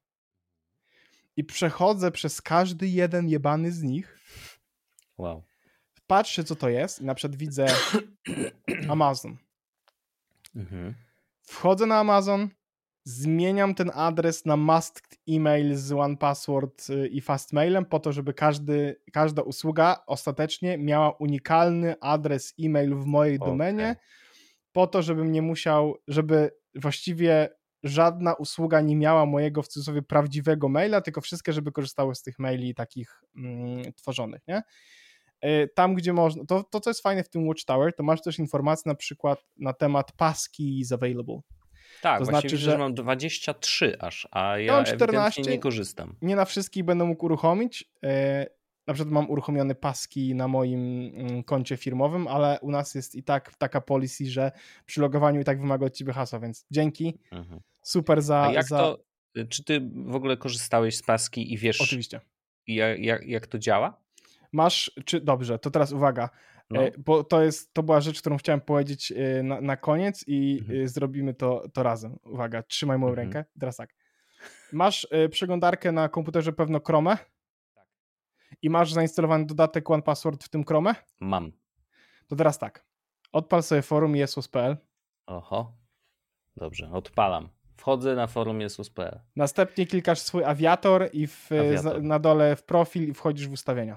I przechodzę przez każdy jeden jebany z nich. Wow. Patrzę, co to jest i na przykład widzę Amazon. Mhm. Wchodzę na Amazon, zmieniam ten adres na masked email z one password i Fastmailem po to, żeby każdy, każda usługa ostatecznie miała unikalny adres e-mail w mojej Okay. domenie, po to, żebym nie musiał, żeby właściwie żadna usługa nie miała mojego w cudzysłowie prawdziwego maila, tylko wszystkie, żeby korzystały z tych maili takich mm, tworzonych, nie? Tam, gdzie można, to, to co jest fajne w tym Watchtower, to masz też informacje na przykład na temat passkeys available. Tak, to właśnie znaczy, widzę, że że mam dwadzieścia trzy aż, a ja, ja mam ewidentnie czternaście, nie korzystam. Nie na wszystkich będę mógł uruchomić. Na przykład mam uruchomiony paski na moim koncie firmowym, ale u nas jest i tak taka policy, że przy logowaniu i tak wymaga od ciebie hasła, więc dzięki. Mhm. Super za... A jak za... to, czy ty w ogóle korzystałeś z paski i wiesz... Oczywiście. Jak, jak, jak to działa? Masz, czy dobrze, to teraz uwaga, No. bo to jest, to była rzecz, którą chciałem powiedzieć na, na koniec i mhm. zrobimy to, to razem. Uwaga, trzymaj moją mhm. rękę. Teraz tak. Masz przeglądarkę na komputerze pewno Chrome tak. i masz zainstalowany dodatek one password w tym Chrome? Mam. To teraz tak. Odpal sobie forum jesus kropka p l. Oho. Dobrze, odpalam. Wchodzę na forum jesus kropka p l. Następnie klikasz swój awiator i w, awiator. na dole w profil i wchodzisz w ustawienia.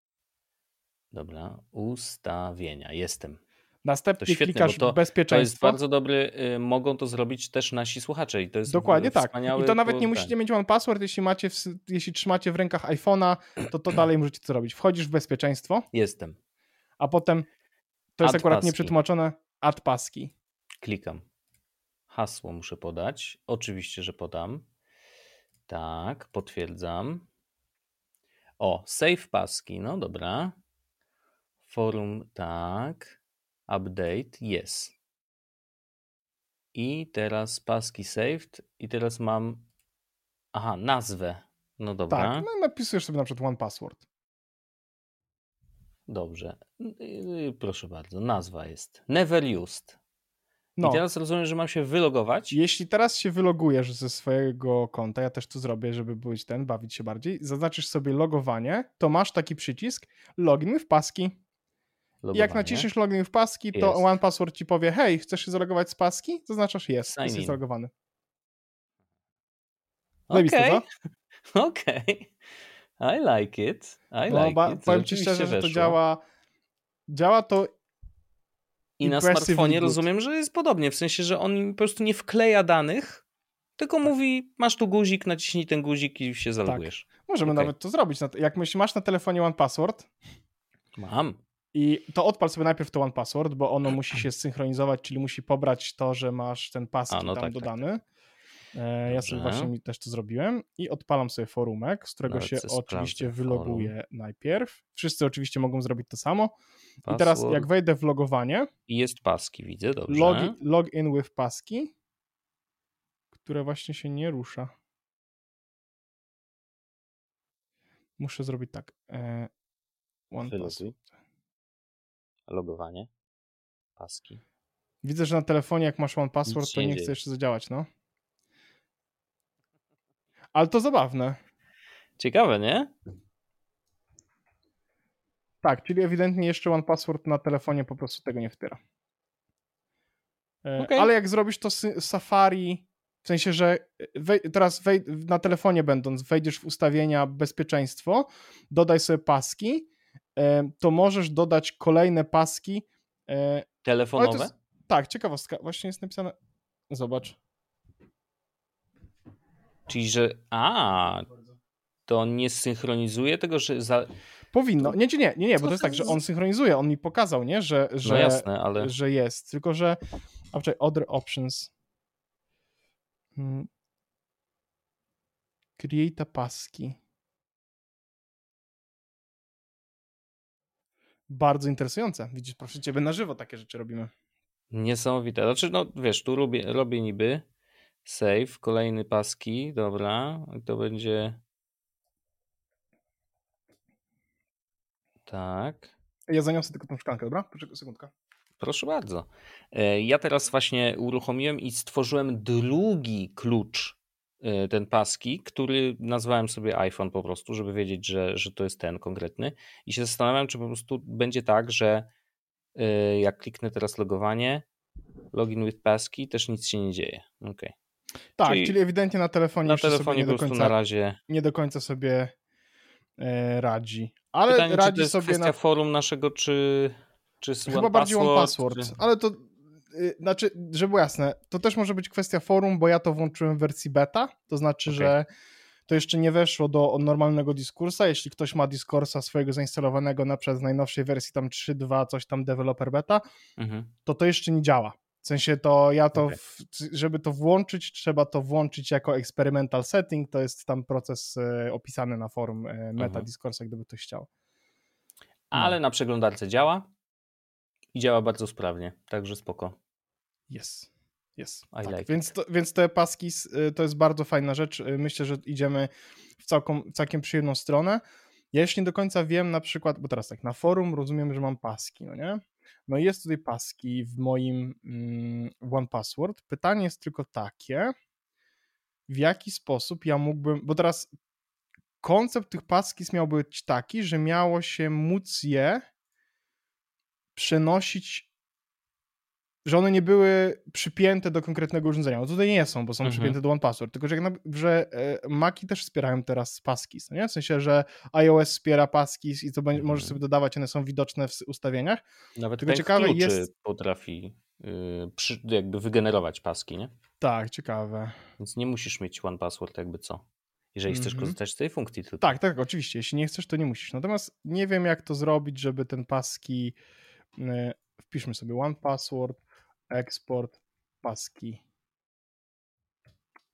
Dobra, ustawienia, jestem. Następnie świetne, klikasz to, w bezpieczeństwo. To jest bardzo dobry, y, mogą to zrobić też nasi słuchacze i to jest dokładnie tak. I to nawet po, nie musicie mieć one password, jeśli macie, w, jeśli trzymacie w rękach iPhone'a, to to dalej możecie to robić. Wchodzisz w bezpieczeństwo. Jestem. A potem, to jest Add akurat paski. nieprzetłumaczone, add paski. Klikam. Hasło muszę podać. Oczywiście, że podam. Tak, potwierdzam. O, save paski, no dobra. Forum, tak. Update, yes. I teraz paski saved. I teraz mam... Aha, nazwę. No dobra. Tak, no napisujesz sobie na przykład one password. Dobrze. Proszę bardzo, nazwa jest never used. No. I teraz rozumiem, że mam się wylogować. Jeśli teraz się wylogujesz ze swojego konta, ja też to zrobię, żeby być ten, bawić się bardziej, zaznaczysz sobie logowanie, to masz taki przycisk login with paski. Logowanie. I jak naciśniesz login with paski, to Jest. One Password ci powie, hej, chcesz się zalogować z paski? Zaznaczasz yes, Sign jesteś in. zalogowany. Okej, Okay. okej. I like it. I No, like ba- it. powiem ci szczerze, że to działa, działa to I na impressively smartfonie good. rozumiem, że jest podobnie, w sensie, że on po prostu nie wkleja danych, tylko mówi, masz tu guzik, naciśnij ten guzik i się zalogujesz. Możemy Okej. nawet to zrobić. Jak myśl, masz na telefonie One Password Mam. i to odpal sobie najpierw to One Password, bo ono musi się synchronizować, czyli musi pobrać to, że masz ten paski A, no tam tak, tak, dodany. E, Ja sobie Dobrze. właśnie mi też to zrobiłem i odpalam sobie forumek, z którego Nawet się se oczywiście sprawdzę wyloguję najpierw. Wszyscy oczywiście mogą zrobić to samo. Password. I teraz jak wejdę w logowanie, I jest paski, widzę, dobrze. logi, login with paski, które właśnie się nie rusza. Muszę zrobić tak. E, One Wyloguj. Password. Logowanie. Paski. Widzę, że na telefonie jak masz One Password, Nic to się nie nie dzieje. chce jeszcze zadziałać, no. Ale to zabawne. Ciekawe, nie? Tak, czyli ewidentnie jeszcze One Password na telefonie po prostu tego nie wspiera. E, Okej. Ale jak zrobisz to z Safari, w sensie, że wej- teraz wej- na telefonie będąc, wejdziesz w ustawienia bezpieczeństwo, dodaj sobie paski, e, to możesz dodać kolejne paski. e, Ale to Telefonowe? jest, tak, ciekawostka. Właśnie jest napisane. Zobacz. Czyli, że... A, to on nie synchronizuje tego, że... Za... Powinno. Nie, nie, nie, nie, nie, bo Co to jest to tak, że z- on synchronizuje, on mi pokazał, nie, że, że, No jasne, ale... że jest, tylko że a czekaj, other options. Hmm. Create a paski. Bardzo interesujące. Widzisz, proszę ciebie, na żywo takie rzeczy robimy. Niesamowite. Znaczy, no wiesz, tu robię, robię niby save, kolejny paski, dobra, i to będzie tak, Ja zaniosę tylko tą szklankę, dobra? Poczekaj sekundkę. proszę bardzo. E, Ja teraz właśnie uruchomiłem i stworzyłem drugi klucz, e, ten paski, który nazwałem sobie iPhone po prostu, żeby wiedzieć, że, że to jest ten konkretny i się zastanawiam, czy po prostu będzie tak, że e, jak kliknę teraz logowanie, login with paski, też nic się nie dzieje. Okej. Tak, Czyli czyli, ewidentnie na telefonie, Na jeszcze sobie telefonie nie po do prostu końca, na razie. nie do końca sobie e, radzi. Ale Pytanie, czy radzi to jest sobie kwestia na... forum naszego, czy, czy z Chyba one bardziej One password, Password, czy... ale to, y, znaczy, żeby było jasne, to też może być kwestia forum, bo ja to włączyłem w wersji beta, to znaczy, Okej. że to jeszcze nie weszło do normalnego Discoursa. Jeśli ktoś ma Discoursa swojego zainstalowanego na przykład z najnowszej wersji tam trzy dwa, coś tam developer beta, Mhm. to to jeszcze nie działa. W sensie to ja to, Okej. w, żeby to włączyć, trzeba to włączyć jako experimental setting, to jest tam proces e, opisany na forum e, Meta Mhm. Discoursa, gdyby ktoś chciał. Ale na przeglądarce działa i działa bardzo sprawnie, także spoko. Jest. Jest. I Tak. like Więc, to, więc te paski s- y, to jest bardzo fajna rzecz. Y, Myślę, że idziemy w całkiem, całkiem przyjemną stronę. Ja jeszcze nie do końca wiem na przykład, bo teraz tak, na forum rozumiem, że mam paski, no nie? No i jest tutaj paski w moim mm, One Password. Pytanie jest tylko takie, w jaki sposób ja mógłbym, bo teraz koncept tych paskis miał być taki, że miało się móc je przenosić, że one nie były przypięte do konkretnego urządzenia. No tutaj nie są, bo są Mhm. przypięte do One Password, tylko że, jak na, że e, Maci też wspierają teraz paskis, no nie? W sensie, że iOS wspiera paskis i to będzie, Mhm. możesz sobie dodawać, one są widoczne w s- ustawieniach. Nawet Tylko pęk ciekawe kluczy jest- potrafi yy, przy, jakby wygenerować paski, nie? Tak, ciekawe. Więc nie musisz mieć one password jakby co. Jeżeli chcesz Mhm. korzystać z tej funkcji tylko. Tak, tak, oczywiście. Jeśli nie chcesz, to nie musisz. Natomiast nie wiem, jak to zrobić, żeby ten paski... e, Wpiszmy sobie One Password, export, paski.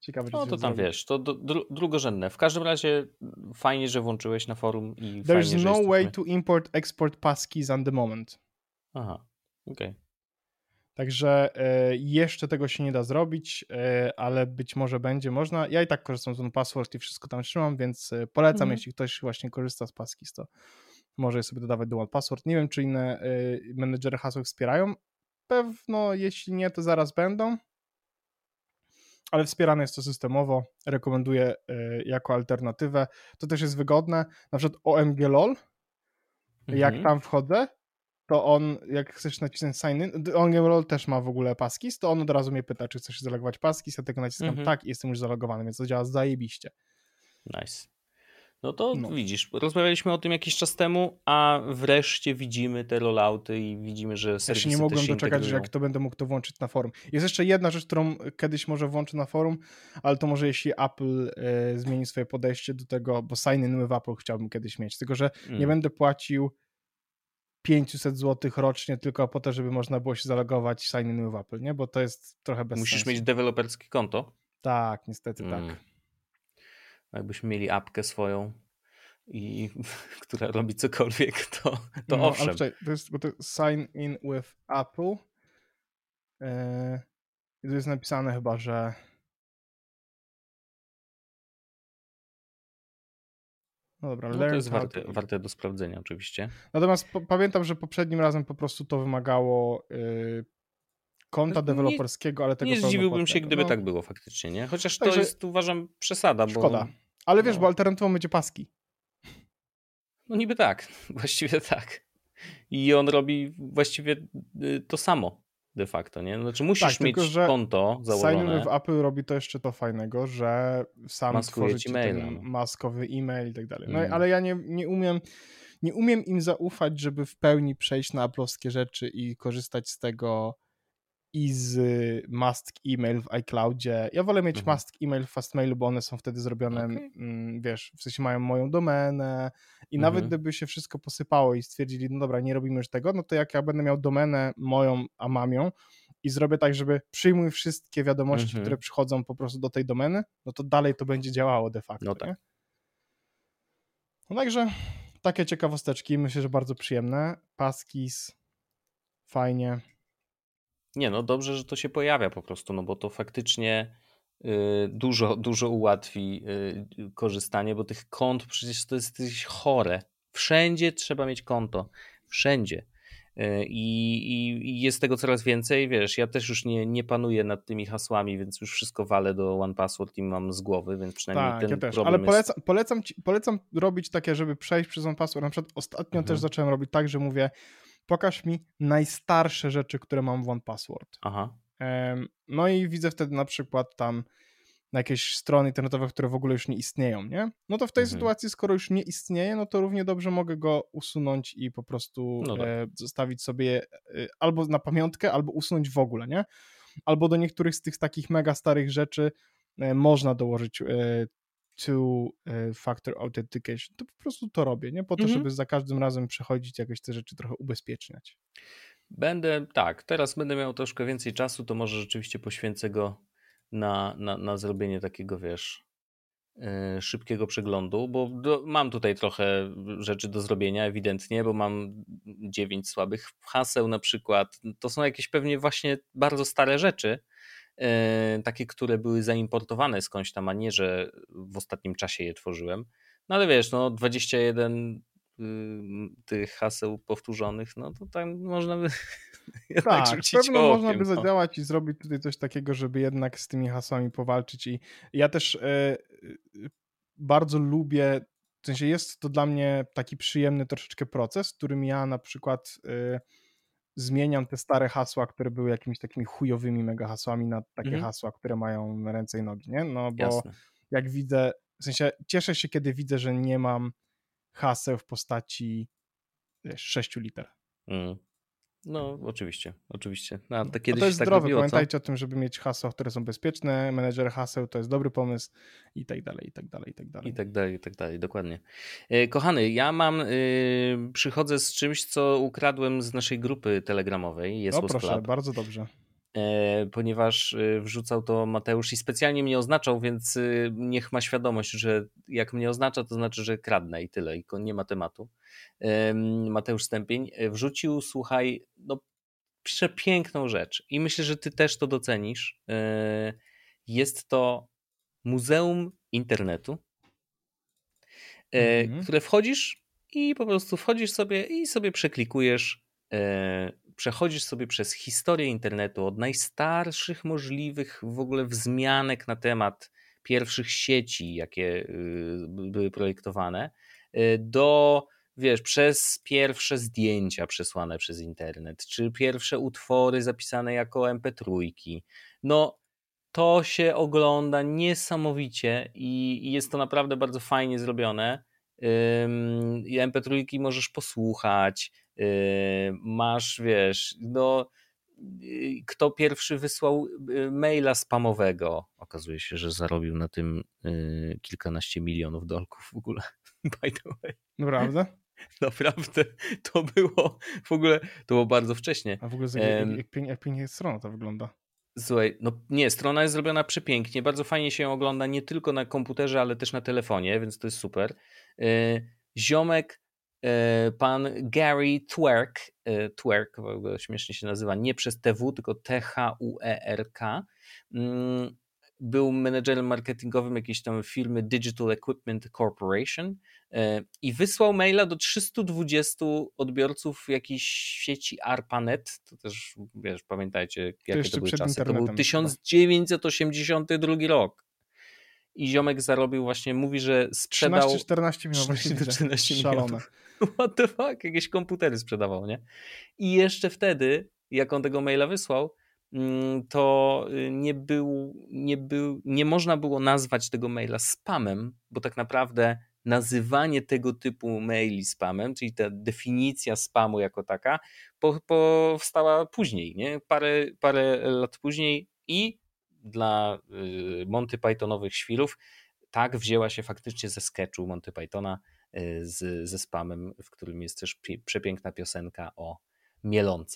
Ciekawe, czy No się to tam zrobi. wiesz, to dru- drugorzędne. W każdym razie fajnie, że włączyłeś na forum i There's fajnie, że no jesteśmy... way to import, export passkeys on the moment. Aha, okej. Okay. Także e, jeszcze tego się nie da zrobić, e, ale być może będzie można. Ja i tak korzystam z one password i wszystko tam trzymam, więc e, polecam, Mhm. jeśli ktoś właśnie korzysta z passkeys, to może sobie dodawać dual password. Nie wiem, czy inne e, menedżery haseł wspierają. Pewno, jeśli nie, to zaraz będą. Ale wspierane jest to systemowo. Rekomenduję e, jako alternatywę. To też jest wygodne. Na przykład O M G lol, jak Mhm. tam wchodzę, to on, jak chcesz nacisnąć sign in, O M G lol też ma w ogóle passkeys, to on od razu mnie pyta, czy chcesz zalogować passkeys, ja tego naciskam Mhm. tak i jestem już zalogowany, więc to działa zajebiście. Nice. No to No. widzisz, rozmawialiśmy o tym jakiś czas temu, a wreszcie widzimy te rollouty i widzimy, że Ja serwisy się nie też mogłem się doczekać, że integrują. jak to będę mógł to włączyć na forum. Jest jeszcze jedna rzecz, którą kiedyś może włączę na forum, ale to może jeśli Apple e, zmieni swoje podejście do tego, bo sign in with Apple chciałbym kiedyś mieć, tylko że Mm. nie będę płacił pięćset złotych rocznie tylko po to, żeby można było się zalogować sign in with Apple, nie? Bo to jest trochę bez Musisz sensu. mieć deweloperskie konto. Tak, niestety Mm. tak. Jakbyśmy mieli apkę swoją, i która robi cokolwiek, to, to no, owszem. Ale czekaj, to jest, bo to jest sign in with Apple. Yy, I tu jest napisane chyba, że no dobra, No learn to jest how warte, to... warte do sprawdzenia oczywiście. Natomiast po, pamiętam, że poprzednim razem po prostu to wymagało yy, konta Nie- deweloperskiego, ale tego Nie zdziwiłbym się, pełnopłatnego. gdyby no, tak było faktycznie, nie? Chociaż to Także- jest, uważam, przesada, bo... Szkoda. Ale wiesz, no. bo alternatywą będzie paski. No niby tak, właściwie tak. I on robi właściwie y, to samo de facto, nie? Znaczy musisz Tak, tylko mieć że konto Sign in założone. with Apple robi to jeszcze to fajnego, że sam Maskuje tworzy ci ci maila, ten no. maskowy e-mail i tak dalej. No Mm. ale ja nie, nie umiem nie umiem im zaufać, żeby w pełni przejść na Apple'owskie rzeczy i korzystać z tego i z mask e-mail w iCloudzie. Ja wolę mieć Mhm. mask e-mail w Fastmailu, bo one są wtedy zrobione, Okej. mm, wiesz, w sensie mają moją domenę i Mhm. nawet gdyby się wszystko posypało i stwierdzili, no dobra, nie robimy już tego, no to jak ja będę miał domenę moją, a mam ją i zrobię tak, żeby przyjmuj wszystkie wiadomości, Mhm. które przychodzą po prostu do tej domeny, no to dalej to będzie działało de facto, No tak. nie? No także takie ciekawosteczki, myślę, że bardzo przyjemne. Passkeys, fajnie. Nie no, dobrze, że to się pojawia po prostu, no bo to faktycznie y, dużo, dużo ułatwi y, korzystanie, bo tych kont przecież to jest coś chore. Wszędzie trzeba mieć konto. Wszędzie. Y, I, i, I jest tego coraz więcej, wiesz, ja też już nie, nie panuję nad tymi hasłami, więc już wszystko walę do one password i mam z głowy, więc przynajmniej Tak, ten ja też, problem ale polecam, jest... polecam, ci, polecam robić takie, żeby przejść przez one password. Na przykład ostatnio Mhm. też zacząłem robić tak, że mówię, pokaż mi najstarsze rzeczy, które mam w one password. Aha. Em, No i widzę wtedy na przykład tam na jakieś strony internetowe, które w ogóle już nie istnieją, nie? No to w tej Mhm. sytuacji, skoro już nie istnieje, no to równie dobrze mogę go usunąć i po prostu No tak. e, zostawić sobie e, albo na pamiątkę, albo usunąć w ogóle, nie? Albo do niektórych z tych takich mega starych rzeczy e, można dołożyć e, two-factor authentication. To po prostu to robię, nie? Po to, Mhm. żeby za każdym razem przechodzić jakoś te rzeczy trochę ubezpieczniać. Będę, tak, teraz będę miał troszkę więcej czasu, to może rzeczywiście poświęcę go na, na, na zrobienie takiego, wiesz, yy, szybkiego przeglądu, bo do, mam tutaj trochę rzeczy do zrobienia, ewidentnie, bo mam dziewięć słabych haseł na przykład. To są jakieś pewnie właśnie bardzo stare rzeczy, yy, takie, które były zaimportowane skądś tam, a nie, że w ostatnim czasie je tworzyłem. No ale wiesz, no dwadzieścia jeden tych haseł powtórzonych, no to tam można by jednak Tak, rzucić pewno okiem, można by no. zadziałać i zrobić tutaj coś takiego, żeby jednak z tymi hasłami powalczyć i ja też e, e, bardzo lubię, w sensie jest to dla mnie taki przyjemny troszeczkę proces, w którym ja na przykład e, zmieniam te stare hasła, które były jakimiś takimi chujowymi mega hasłami na takie Mhm. hasła, które mają ręce i nogi, nie? No bo Jasne. jak widzę, w sensie cieszę się, kiedy widzę, że nie mam haseł w postaci wiesz, sześciu liter. Mm. No, oczywiście, oczywiście. No, a to No kiedyś to jest tak zdrowe, robiło, pamiętajcie co? o tym, żeby mieć hasła, które są bezpieczne, menedżer haseł to jest dobry pomysł i tak dalej, i tak dalej, i tak dalej. I tak dalej, i tak dalej, dokładnie. E, kochany, ja mam, y, przychodzę z czymś, co ukradłem z naszej grupy telegramowej, Jest No proszę, Club. bardzo dobrze. ponieważ wrzucał to Mateusz i specjalnie mnie oznaczał, więc niech ma świadomość, że jak mnie oznacza, to znaczy, że kradnę i tyle, i nie ma tematu. Mateusz Stępień wrzucił, słuchaj, no przepiękną rzecz i myślę, że ty też to docenisz. Jest to Muzeum Internetu, mm-hmm. które wchodzisz i po prostu wchodzisz sobie i sobie przeklikujesz, przechodzisz sobie przez historię internetu od najstarszych możliwych w ogóle wzmianek na temat pierwszych sieci, jakie były projektowane, do, wiesz, przez pierwsze zdjęcia przesłane przez internet, czy pierwsze utwory zapisane jako em pe trzy. No, to się ogląda niesamowicie i jest to naprawdę bardzo fajnie zrobione. em pe trzy możesz posłuchać, masz, wiesz, no, kto pierwszy wysłał maila spamowego. Okazuje się, że zarobił na tym kilkanaście milionów dolków w ogóle. By the way. Naprawdę? Naprawdę. To było w ogóle, to było bardzo wcześnie. A w ogóle jak, jak, pięknie, jak pięknie strona to wygląda. Słuchaj, no nie, strona jest zrobiona przepięknie, bardzo fajnie się ją ogląda nie tylko na komputerze, ale też na telefonie, więc to jest super. Ziomek, pan Gary Twerk, Twerk, w ogóle śmiesznie się nazywa, nie przez T W, tylko T H U E R K, był menedżerem marketingowym jakiejś tam firmy Digital Equipment Corporation i wysłał maila do trzystu dwudziestu odbiorców jakiejś sieci ARPANET. To też, wiesz, pamiętajcie, jakie to, to były czasy. To był tysiąc dziewięćset osiemdziesiąty drugi rok. I ziomek zarobił właśnie, mówi, że sprzedał... trzynaście czternaście milionów. trzynaście czternaście milionów. What the fuck? Jakieś komputery sprzedawał, nie? I jeszcze wtedy, jak on tego maila wysłał, to nie był, nie był, nie można było nazwać tego maila spamem, bo tak naprawdę nazywanie tego typu maili spamem, czyli ta definicja spamu jako taka, po, powstała później, nie? Parę, parę lat później i dla Monty Pythonowych świrów tak wzięła się faktycznie ze sketchu Monty Pythona z, ze spamem, w którym jest też przepiękna piosenka o mielące.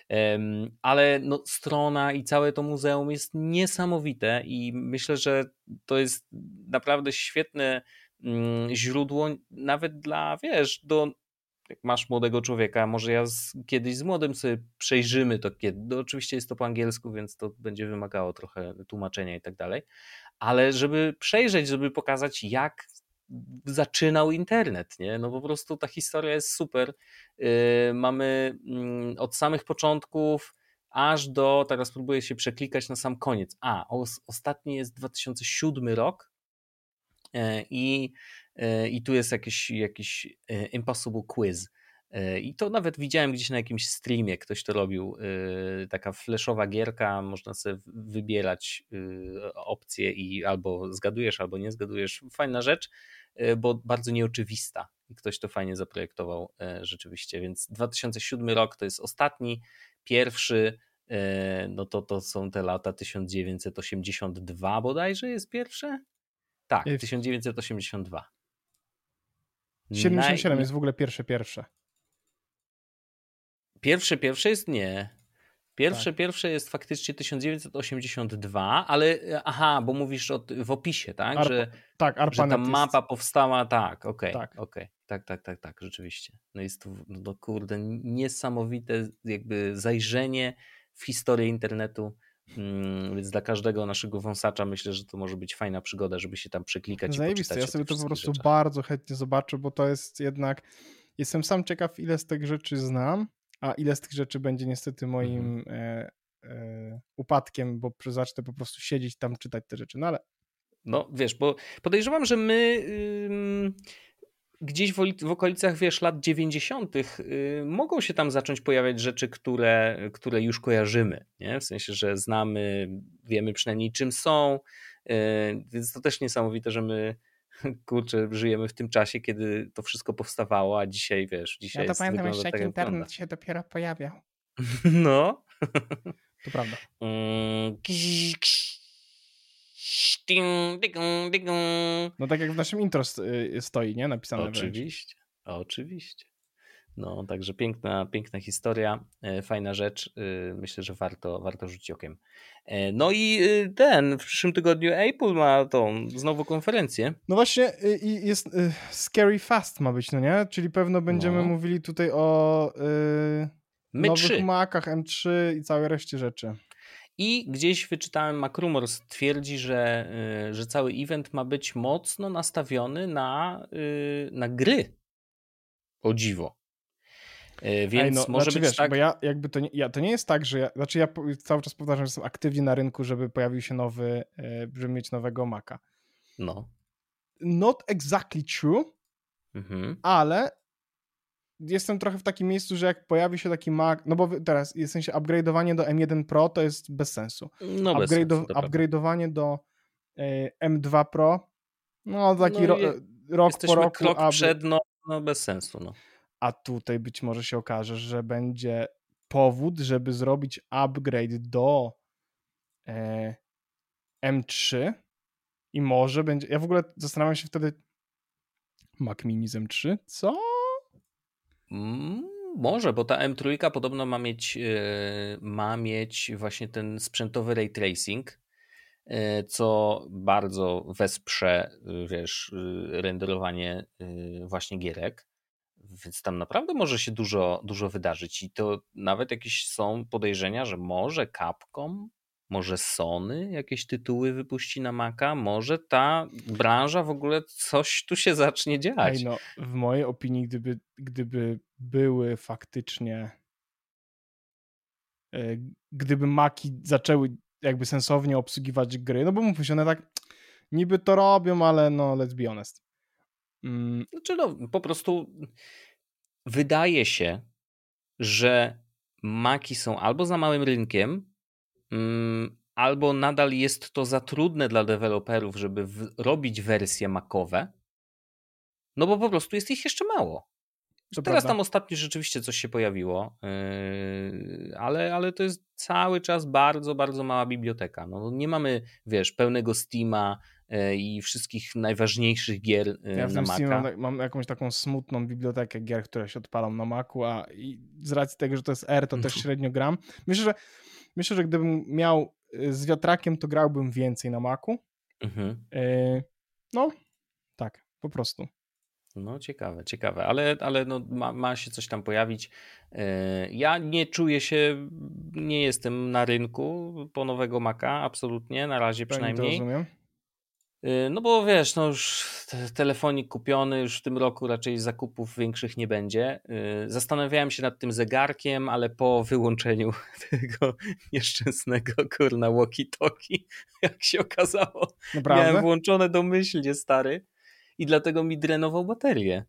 Ale no, strona i całe to muzeum jest niesamowite i myślę, że to jest naprawdę świetne źródło nawet dla, wiesz, do, jak masz młodego człowieka, może ja z, kiedyś z młodym sobie przejrzymy to, kiedy, no, oczywiście jest to po angielsku, więc to będzie wymagało trochę tłumaczenia i tak dalej, ale żeby przejrzeć, żeby pokazać, jak zaczynał internet, nie? No po prostu ta historia jest super. Yy, mamy yy, od samych początków aż do, teraz próbuję się przeklikać na sam koniec. A, os, ostatni jest dwa tysiące siódmy rok yy, i, yy, i tu jest jakiś, jakiś yy, Impossible Quiz. Yy, I to nawet widziałem gdzieś na jakimś streamie, ktoś to robił. Yy, taka flashowa gierka, można sobie wybierać yy, opcje i albo zgadujesz, albo nie zgadujesz. Fajna rzecz, bo bardzo nieoczywista i ktoś to fajnie zaprojektował rzeczywiście, więc dwa tysiące siódmy rok to jest ostatni, pierwszy, no to to są te lata tysiąc dziewięćset osiemdziesiąt dwa bodajże jest pierwsze? Tak, jest. tysiąc dziewięćset osiemdziesiąt dwa. siedemdziesiąt siedem Na... jest w ogóle pierwsze, pierwsze. Pierwsze, pierwsze jest nie. Pierwsze, tak. pierwsze jest faktycznie tysiąc dziewięćset osiemdziesiąt dwa, ale aha, bo mówisz o, w opisie, tak? Arpa, że, tak, że ta jest... mapa powstała, tak, okej, okay, tak. Okay. tak, tak, tak, tak, rzeczywiście. No jest to, no kurde, niesamowite jakby zajrzenie w historię internetu, hmm, więc dla każdego naszego wąsacza myślę, że to może być fajna przygoda, żeby się tam przeklikać Zajebiste, i poczytać. Ja sobie to po prostu rzeczach. bardzo chętnie zobaczę, bo to jest jednak, jestem sam ciekaw, ile z tych rzeczy znam, a ile z tych rzeczy będzie niestety moim mhm. e, e, upadkiem, bo zacznę po prostu siedzieć tam, czytać te rzeczy, no ale... No wiesz, bo podejrzewam, że my ym, gdzieś w, w okolicach, wiesz, lat dziewięćdziesiątych Yy, mogą się tam zacząć pojawiać rzeczy, które, które już kojarzymy, nie? W sensie, że znamy, wiemy przynajmniej czym są, yy, więc to też niesamowite, że my kurczę, żyjemy w tym czasie, kiedy to wszystko powstawało, a dzisiaj, wiesz, dzisiaj ja to jest, pamiętam jeszcze, tak, jak jak internet wygląda. się dopiero pojawiał. No. To prawda. Mm. No tak jak w naszym intro stoi, nie? Napisane Oczywiście, wręcz. Oczywiście. No, także piękna, piękna historia, fajna rzecz. Myślę, że warto, warto rzucić okiem. No i ten, w przyszłym tygodniu Apple ma tą znowu konferencję. No właśnie i jest y, Scary Fast ma być, no nie? Czyli pewno będziemy No. mówili tutaj o y, nowych Macach M trzy i całej reszcie rzeczy. I gdzieś wyczytałem, MacRumors twierdzi, że, że cały event ma być mocno nastawiony na, na gry. O dziwo. Więc Ej, no, może znaczy, być wiesz, tak... bo ja jakby to nie, ja, to nie jest tak, że ja, znaczy ja cały czas powtarzam, że jestem aktywnie na rynku, żeby pojawił się nowy, żeby mieć nowego Maca. No. Not exactly true, mhm. ale jestem trochę w takim miejscu, że jak pojawi się taki Mac, no bo teraz w sensie upgrade'owanie do M jeden Pro to jest bez sensu. No bez Upgrade, sensu, upgrade'owanie do y, M dwa Pro, no taki no ro, je, rok po roku. krok aby... przed, no, no bez sensu. No. A tutaj być może się okaże, że będzie powód, żeby zrobić upgrade do e, M trzy i może będzie... Ja w ogóle zastanawiam się wtedy Mac Mini z M trzy? Co? Mm, może, bo ta M trzy podobno ma mieć, yy, ma mieć właśnie ten sprzętowy ray tracing, yy, co bardzo wesprze, yy, wiesz, yy, renderowanie yy, właśnie gierek. Więc tam naprawdę może się dużo, dużo wydarzyć i to nawet jakieś są podejrzenia, że może Capcom, może Sony jakieś tytuły wypuści na Maca, może ta branża w ogóle coś tu się zacznie dziać. Ej, no, w mojej opinii, gdyby, gdyby były faktycznie e, gdyby Maci zaczęły jakby sensownie obsługiwać gry, no bo mówmy się, one tak niby to robią, ale no let's be honest. Mm. Znaczy no, po prostu wydaje się, że Maci są albo za małym rynkiem, mm, albo nadal jest to za trudne dla deweloperów, żeby w- robić wersje macowe, no bo po prostu jest ich jeszcze mało. To Teraz prawda. Tam ostatnio rzeczywiście coś się pojawiło, yy, ale, ale to jest cały czas bardzo, bardzo mała biblioteka. No, nie mamy, wiesz, pełnego Steama yy, i wszystkich najważniejszych gier yy, ja w na tym Maca. Mam, mam jakąś taką smutną bibliotekę gier, które się odpalą na Macu, a i z racji tego, że to jest R, to też średnio gram. Myślę, że myślę, że gdybym miał z wiatrakiem, to grałbym więcej na Macu. Mhm. Yy, no, tak, po prostu. No ciekawe, ciekawe, ale, ale no, ma, ma się coś tam pojawić. Ja nie czuję się, nie jestem na rynku po nowego Maca, absolutnie, na razie przynajmniej. To rozumiem. No bo wiesz, no już telefonik kupiony, już w tym roku raczej zakupów większych nie będzie. Zastanawiałem się nad tym zegarkiem, ale po wyłączeniu tego nieszczęsnego kurna walkie-talkie, jak się okazało, Naprawdę? miałem włączone domyślnie, stary. I dlatego mi drenował baterię.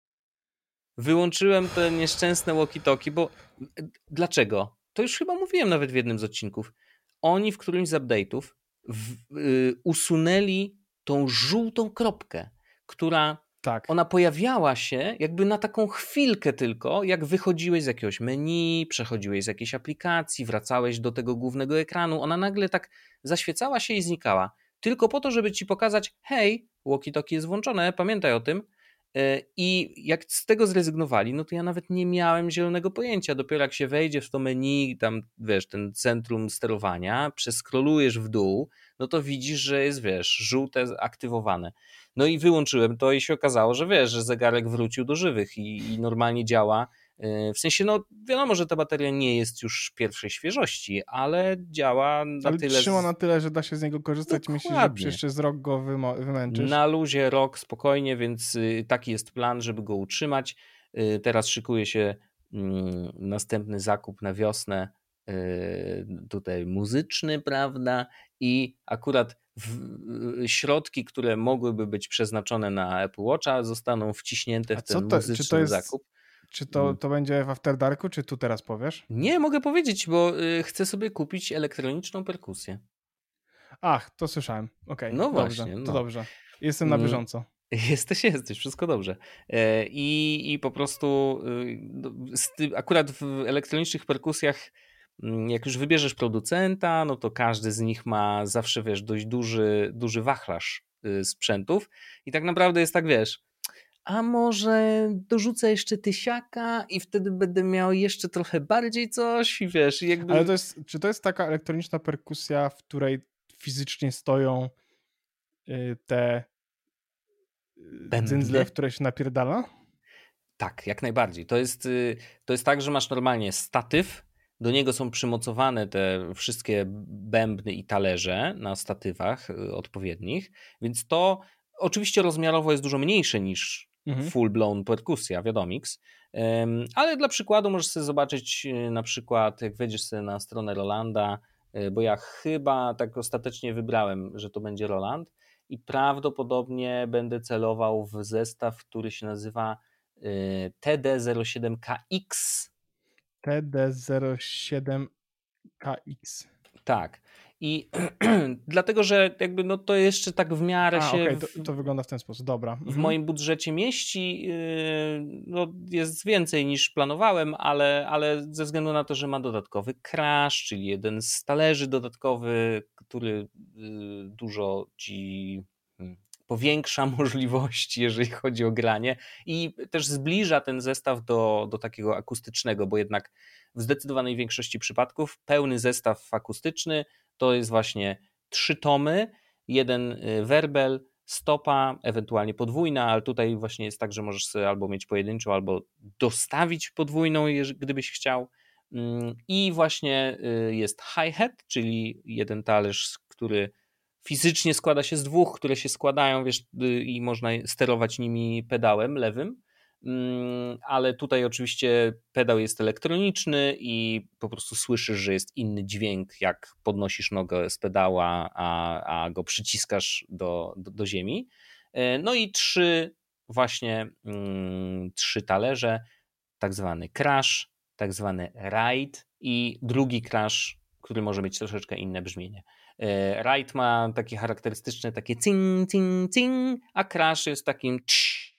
Wyłączyłem te nieszczęsne walkie-talkie, bo dlaczego? To już chyba mówiłem nawet w jednym z odcinków. Oni w którymś z update'ów w, y, usunęli tą żółtą kropkę, która tak. ona pojawiała się jakby na taką chwilkę tylko, jak wychodziłeś z jakiegoś menu, przechodziłeś z jakiejś aplikacji, wracałeś do tego głównego ekranu, ona nagle tak zaświecała się i znikała. Tylko po to, żeby ci pokazać, hej, walkie-talkie jest włączone, pamiętaj o tym. I jak z tego zrezygnowali, no to ja nawet nie miałem zielonego pojęcia. Dopiero jak się wejdzie w to menu, tam wiesz, ten centrum sterowania, przeskrolujesz w dół, no to widzisz, że jest, wiesz, żółte aktywowane. No i wyłączyłem to i się okazało, że wiesz, że zegarek wrócił do żywych i, i normalnie działa. W sensie, no wiadomo, że ta bateria nie jest już pierwszej świeżości, ale działa na ale tyle... trzyma na tyle, że da się z niego korzystać. Dokładnie. Myślisz, że jeszcze z rok go wymo- wymęczysz? Na luzie rok, spokojnie, więc y, taki jest plan, żeby go utrzymać. Y, teraz szykuje się y, następny zakup na wiosnę, y, tutaj muzyczny, prawda? I akurat w, y, środki, które mogłyby być przeznaczone na Apple Watcha, zostaną wciśnięte w A ten co to, muzyczny czy to jest, zakup. Czy to, to będzie w After Darku, czy tu teraz powiesz? Nie, mogę powiedzieć, bo y, chcę sobie kupić elektroniczną perkusję. Ach, to słyszałem. Okej, no dobrze, właśnie. No. To dobrze. Jestem na bieżąco. Jesteś, jesteś, wszystko dobrze. I, i po prostu akurat w elektronicznych perkusjach, jak już wybierzesz producenta, no to każdy z nich ma zawsze, wiesz, dość duży, duży wachlarz sprzętów i tak naprawdę jest tak, wiesz, a może dorzucę jeszcze tysiaka i wtedy będę miał jeszcze trochę bardziej coś i wiesz, jakby... Ale to jest, czy to jest taka elektroniczna perkusja, w której fizycznie stoją y, te Bębny? dzyndzle, w które się napierdala? Tak, jak najbardziej. To jest, y, to jest tak, że masz normalnie statyw, do niego są przymocowane te wszystkie bębny i talerze na statywach y, odpowiednich, więc to oczywiście rozmiarowo jest dużo mniejsze niż Mhm. full blown perkusja, wiadomix, Ym, ale dla przykładu możesz sobie zobaczyć y, na przykład, jak wejdziesz sobie na stronę Rolanda, y, bo ja chyba tak ostatecznie wybrałem, że to będzie Roland i prawdopodobnie będę celował w zestaw, który się nazywa y, T D zero siedem K X. T D zero siedem K X. Tak. I dlatego, że jakby no to jeszcze tak w miarę A, się okej, w, to, to wygląda w ten sposób, dobra. w Mhm. moim budżecie mieści. Yy, no jest więcej niż planowałem, ale, ale ze względu na to, że ma dodatkowy crash, czyli jeden z talerzy dodatkowy, który yy, dużo ci yy, powiększa możliwości, jeżeli chodzi o granie i też zbliża ten zestaw do, do takiego akustycznego, bo jednak w zdecydowanej większości przypadków pełny zestaw akustyczny to jest właśnie trzy tomy, jeden werbel, stopa, ewentualnie podwójna, ale tutaj właśnie jest tak, że możesz sobie albo mieć pojedynczą, albo dostawić podwójną, gdybyś chciał. I właśnie jest hi-hat, czyli jeden talerz, który fizycznie składa się z dwóch, które się składają, wiesz, i można sterować nimi pedałem lewym, ale tutaj oczywiście pedał jest elektroniczny i po prostu słyszysz, że jest inny dźwięk, jak podnosisz nogę z pedała, a, a go przyciskasz do, do, do ziemi. No i trzy właśnie mm, trzy talerze, tak zwany crash, tak zwany ride i drugi crash, który może mieć troszeczkę inne brzmienie. Ride ma takie charakterystyczne takie cing, cing, cing, a crash jest takim cz,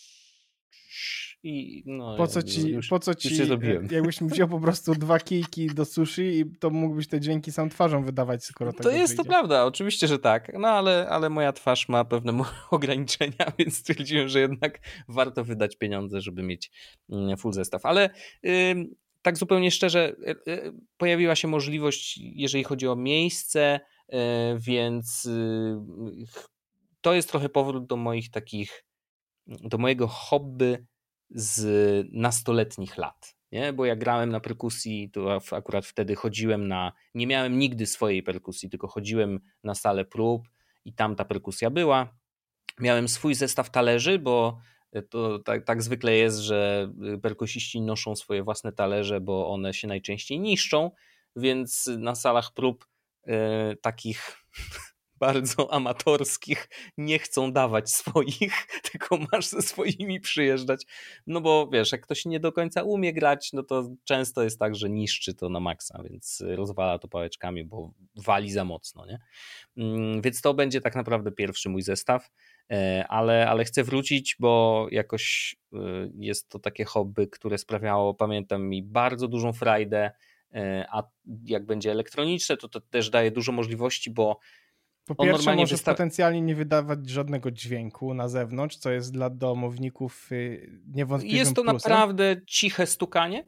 i no, po co ci, już, po co ci już zrobiłem. jakbyś wziął po prostu dwa kijki do sushi i to mógłbyś te dźwięki sam twarzą wydawać, skoro tak To jest wyjdzie. to prawda, oczywiście, że tak, no ale, ale moja twarz ma pewne ograniczenia, więc stwierdziłem, że jednak warto wydać pieniądze, żeby mieć full zestaw, ale yy, tak zupełnie szczerze, yy, pojawiła się możliwość, jeżeli chodzi o miejsce, yy, więc yy, to jest trochę powrót do moich takich, do mojego hobby z nastoletnich lat, nie? Bo ja grałem na perkusji, to akurat wtedy chodziłem na, nie miałem nigdy swojej perkusji, tylko chodziłem na salę prób i tam ta perkusja była. Miałem swój zestaw talerzy, bo to tak, tak zwykle jest, że perkusiści noszą swoje własne talerze, bo one się najczęściej niszczą, więc na salach prób e, takich bardzo amatorskich nie chcą dawać swoich, tylko masz ze swoimi przyjeżdżać, no bo wiesz, jak ktoś nie do końca umie grać, no to często jest tak, że niszczy to na maksa, więc rozwala to pałeczkami, bo wali za mocno, nie? Więc to będzie tak naprawdę pierwszy mój zestaw, ale, ale chcę wrócić, bo jakoś jest to takie hobby, które sprawiało, pamiętam, mi bardzo dużą frajdę, a jak będzie elektroniczne, to to też daje dużo możliwości, bo po pierwsze możesz wysta- potencjalnie nie wydawać żadnego dźwięku na zewnątrz, co jest dla domowników niewątpliwym Jest to plusem. naprawdę ciche stukanie.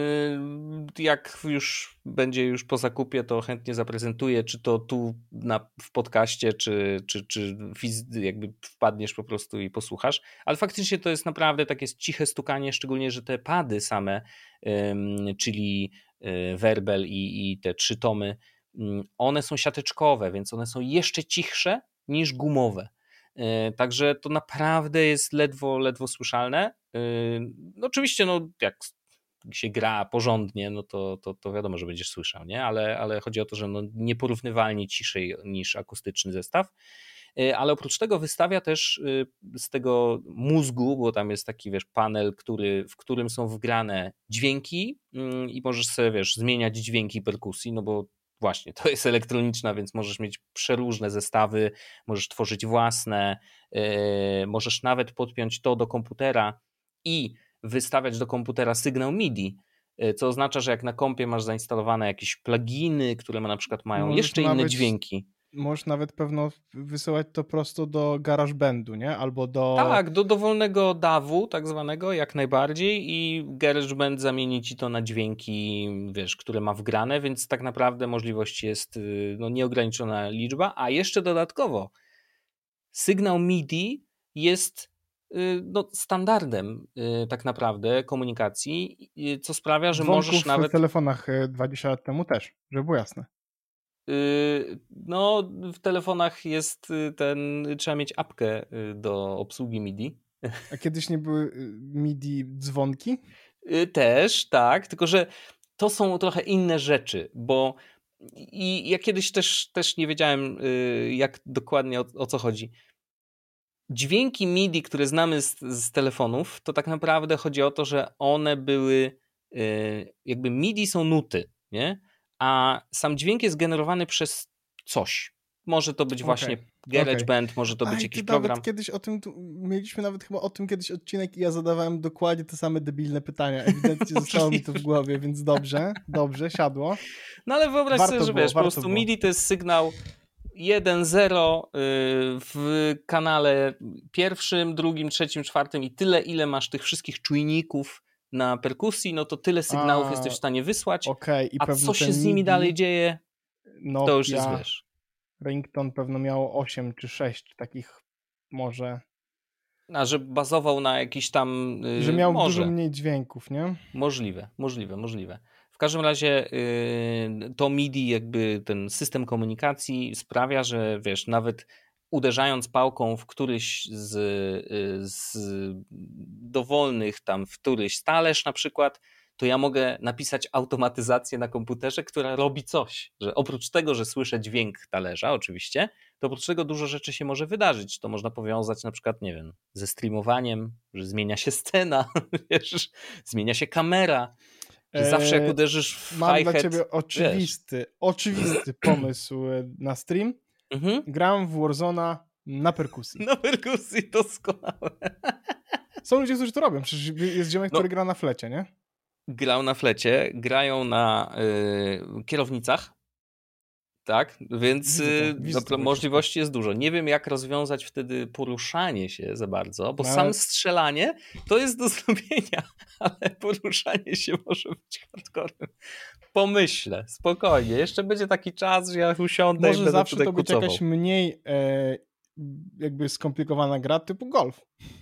Jak już będzie już po zakupie, to chętnie zaprezentuję, czy to tu na, w podcaście, czy, czy, czy fiz- jakby wpadniesz po prostu i posłuchasz, ale faktycznie to jest naprawdę takie ciche stukanie, szczególnie, że te pady same, ym, czyli y, werbel i, i te trzy tomy, ym, one są siateczkowe, więc one są jeszcze cichsze niż gumowe. Także to naprawdę jest ledwo, ledwo słyszalne. No oczywiście, no jak się gra porządnie, no to, to, to wiadomo, że będziesz słyszał, nie? Ale, ale chodzi o to, że no nieporównywalnie ciszej niż akustyczny zestaw. Ale oprócz tego wystawia też z tego mózgu, bo tam jest taki, wiesz, panel, który, w którym są wgrane dźwięki i możesz sobie, wiesz, zmieniać dźwięki perkusji, no bo właśnie, to jest elektroniczna, więc możesz mieć przeróżne zestawy, możesz tworzyć własne, yy, możesz nawet podpiąć to do komputera i wystawiać do komputera sygnał MIDI, yy, co oznacza, że jak na kompie masz zainstalowane jakieś pluginy, które na przykład mają możesz jeszcze nawet, inne dźwięki. możesz nawet pewno wysyłać to prosto do GarageBandu, nie? Albo do... Tak, do dowolnego dawu tak zwanego, jak najbardziej i GarageBand zamieni ci to na dźwięki, wiesz, które ma wgrane, więc tak naprawdę możliwości jest no, nieograniczona liczba, a jeszcze dodatkowo sygnał M I D I jest no, standardem tak naprawdę komunikacji, co sprawia, że Dzwonków możesz nawet... w telefonach dwadzieścia lat temu też, żeby było jasne. No, w telefonach jest ten, trzeba mieć apkę do obsługi M I D I. A kiedyś nie były M I D I dzwonki? Też, tak, tylko że to są trochę inne rzeczy, bo i ja kiedyś też, też nie wiedziałem, jak dokładnie o, o co chodzi. Dźwięki M I D I, które znamy z, z telefonów, to tak naprawdę chodzi o to, że one były, jakby M I D I są nuty, nie? A sam dźwięk jest generowany przez coś. Może to być właśnie okay. GarageBand, okay. może to być Aj, jakiś ty program. Nawet kiedyś o tym, tu, mieliśmy nawet chyba o tym kiedyś odcinek i ja zadawałem dokładnie te same debilne pytania. Ewidentnie zostało mi to w głowie, więc dobrze, dobrze, siadło. No ale wyobraź warto sobie, że było, wiesz, po prostu było. M I D I to jest sygnał jeden zero w kanale pierwszym, drugim, trzecim, czwartym i tyle, ile masz tych wszystkich czujników na perkusji, no to tyle sygnałów A, jesteś w stanie wysłać, okay. I a co się z nimi dalej dzieje, Nokia, to już jest, wiesz. Ringtone pewno miało osiem czy sześć takich może. A że bazował na jakiś tam... Yy, że miał może. dużo mniej dźwięków, nie? Możliwe, możliwe, możliwe. W każdym razie yy, to M I D I, jakby ten system komunikacji sprawia, że wiesz, nawet uderzając pałką w któryś z, z dowolnych tam, w któryś talerz na przykład, to ja mogę napisać automatyzację na komputerze, która robi coś, że oprócz tego, że słyszę dźwięk talerza oczywiście, to oprócz tego dużo rzeczy się może wydarzyć. To można powiązać na przykład, nie wiem, ze streamowaniem, że zmienia się scena, wiesz, zmienia się kamera, że zawsze jak uderzysz w Mam hi-hat, dla ciebie oczywisty, wiesz. oczywisty pomysł na stream. Mhm. Gram w Warzona na perkusji. Na perkusji, doskonałe. Są ludzie, którzy to robią. Przecież jest ziomek, no. który gra na flecie, nie? Grał na flecie, grają na y, kierownicach, tak, więc y, widzę to, no, możliwości jest dużo. Nie wiem, jak rozwiązać wtedy poruszanie się za bardzo, bo no, sam ale... strzelanie to jest do zrobienia, ale poruszanie się może być hardcorem. Pomyślę, spokojnie, jeszcze będzie taki czas, że ja usiądę może i będę zawsze tutaj to być kucował. jakaś mniej e, jakby skomplikowana gra typu golf.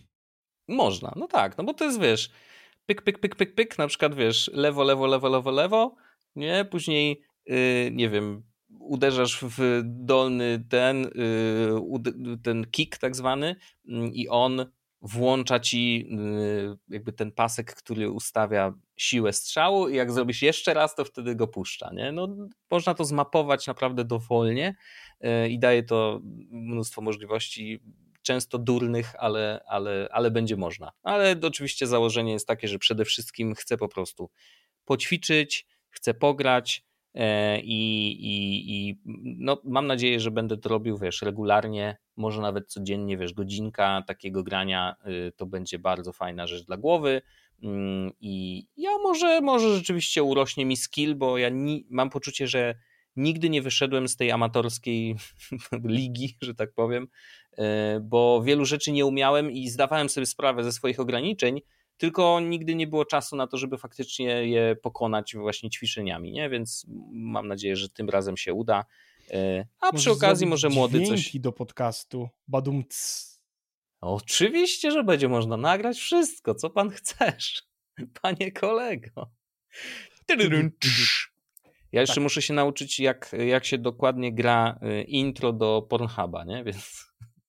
Można, no tak, no bo to jest, wiesz, pyk, pyk, pyk, pyk, pyk, na przykład, wiesz, lewo, lewo, lewo, lewo, lewo, nie, później, yy, nie wiem, uderzasz w dolny ten, yy, ud- ten kick tak zwany yy, i on włącza ci yy, jakby ten pasek, który ustawia siłę strzału i jak zrobisz jeszcze raz, to wtedy go puszcza, nie, no można to zmapować naprawdę dowolnie yy, i daje to mnóstwo możliwości, często durnych, ale, ale, ale będzie można. Ale oczywiście założenie jest takie, że przede wszystkim chcę po prostu poćwiczyć, chcę pograć e, i, i, i no, mam nadzieję, że będę to robił, wiesz, regularnie, może nawet codziennie, wiesz, godzinka takiego grania, y, to będzie bardzo fajna rzecz dla głowy y, i ja może, może rzeczywiście urośnie mi skill, bo ja ni- mam poczucie, że nigdy nie wyszedłem z tej amatorskiej ligi, że tak powiem, bo wielu rzeczy nie umiałem i zdawałem sobie sprawę ze swoich ograniczeń, tylko nigdy nie było czasu na to, żeby faktycznie je pokonać właśnie ćwiczeniami, nie? Więc mam nadzieję, że tym razem się uda. A Możesz przy okazji może młody coś... dźwięki do podcastu. Badumc. Oczywiście, że będzie można nagrać wszystko, co pan chcesz, panie kolego. Ja jeszcze tak. muszę się nauczyć, jak, jak się dokładnie gra intro do Pornhuba, nie? Więc...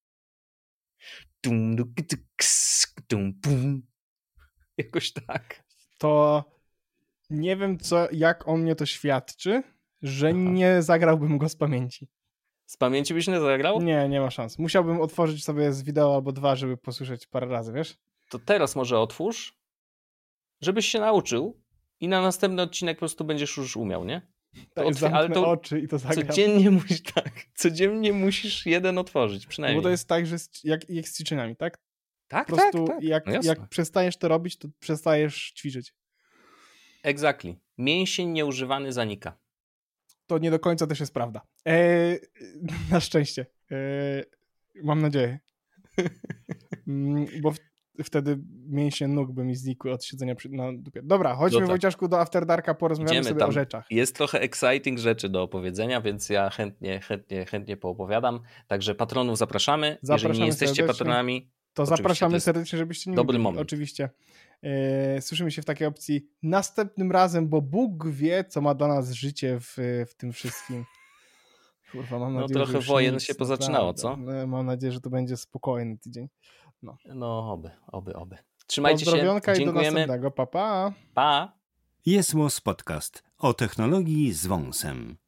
Jakoś tak. To nie wiem, co, jak o mnie to świadczy, że Aha. nie zagrałbym go z pamięci. Z pamięci byś nie zagrał? Nie, nie ma szans. Musiałbym otworzyć sobie z wideo albo dwa, żeby posłyszeć parę razy, wiesz? To teraz może otwórz, żebyś się nauczył i na następny odcinek po prostu będziesz już umiał, nie? Tak, otw- ale to oczy i to zagram. Codziennie musisz, tak, codziennie musisz jeden otworzyć, przynajmniej. No bo to jest tak, że jak, jak z ćwiczeniami, tak? Tak, po prostu tak, tak. Jak, no jak przestajesz to robić, to przestajesz ćwiczyć. Exactly. Mięsień nieużywany zanika. to nie do końca też jest prawda. Eee, na szczęście. Eee, mam nadzieję. Mm, bo w, wtedy mięśnie nóg by mi znikły od siedzenia przy, na dupie. Dobra, chodźmy No tak. Wojciaszku do After Darka, porozmawiamy Idziemy sobie tam. o rzeczach. Jest trochę exciting rzeczy do opowiedzenia, więc ja chętnie, chętnie, chętnie poopowiadam. Także patronów zapraszamy. Zapraszamy Jeżeli nie jesteście serdecznie. patronami, To oczywiście zapraszamy to jest serdecznie, żebyście nie dobry mówili. moment. Oczywiście. Eee, słyszymy się w takiej opcji następnym razem, bo Bóg wie, co ma dla nas życie w, w tym wszystkim. Kurwa, mam No nadzieję, trochę że już wojen nic, się pozaczynało, co? No, mam nadzieję, że to będzie spokojny tydzień. No, No oby, oby, oby. Trzymajcie się, pozdrowionka i do dziękujemy. następnego. Pa, pa. Pa! Jest Podcast o technologii z wąsem.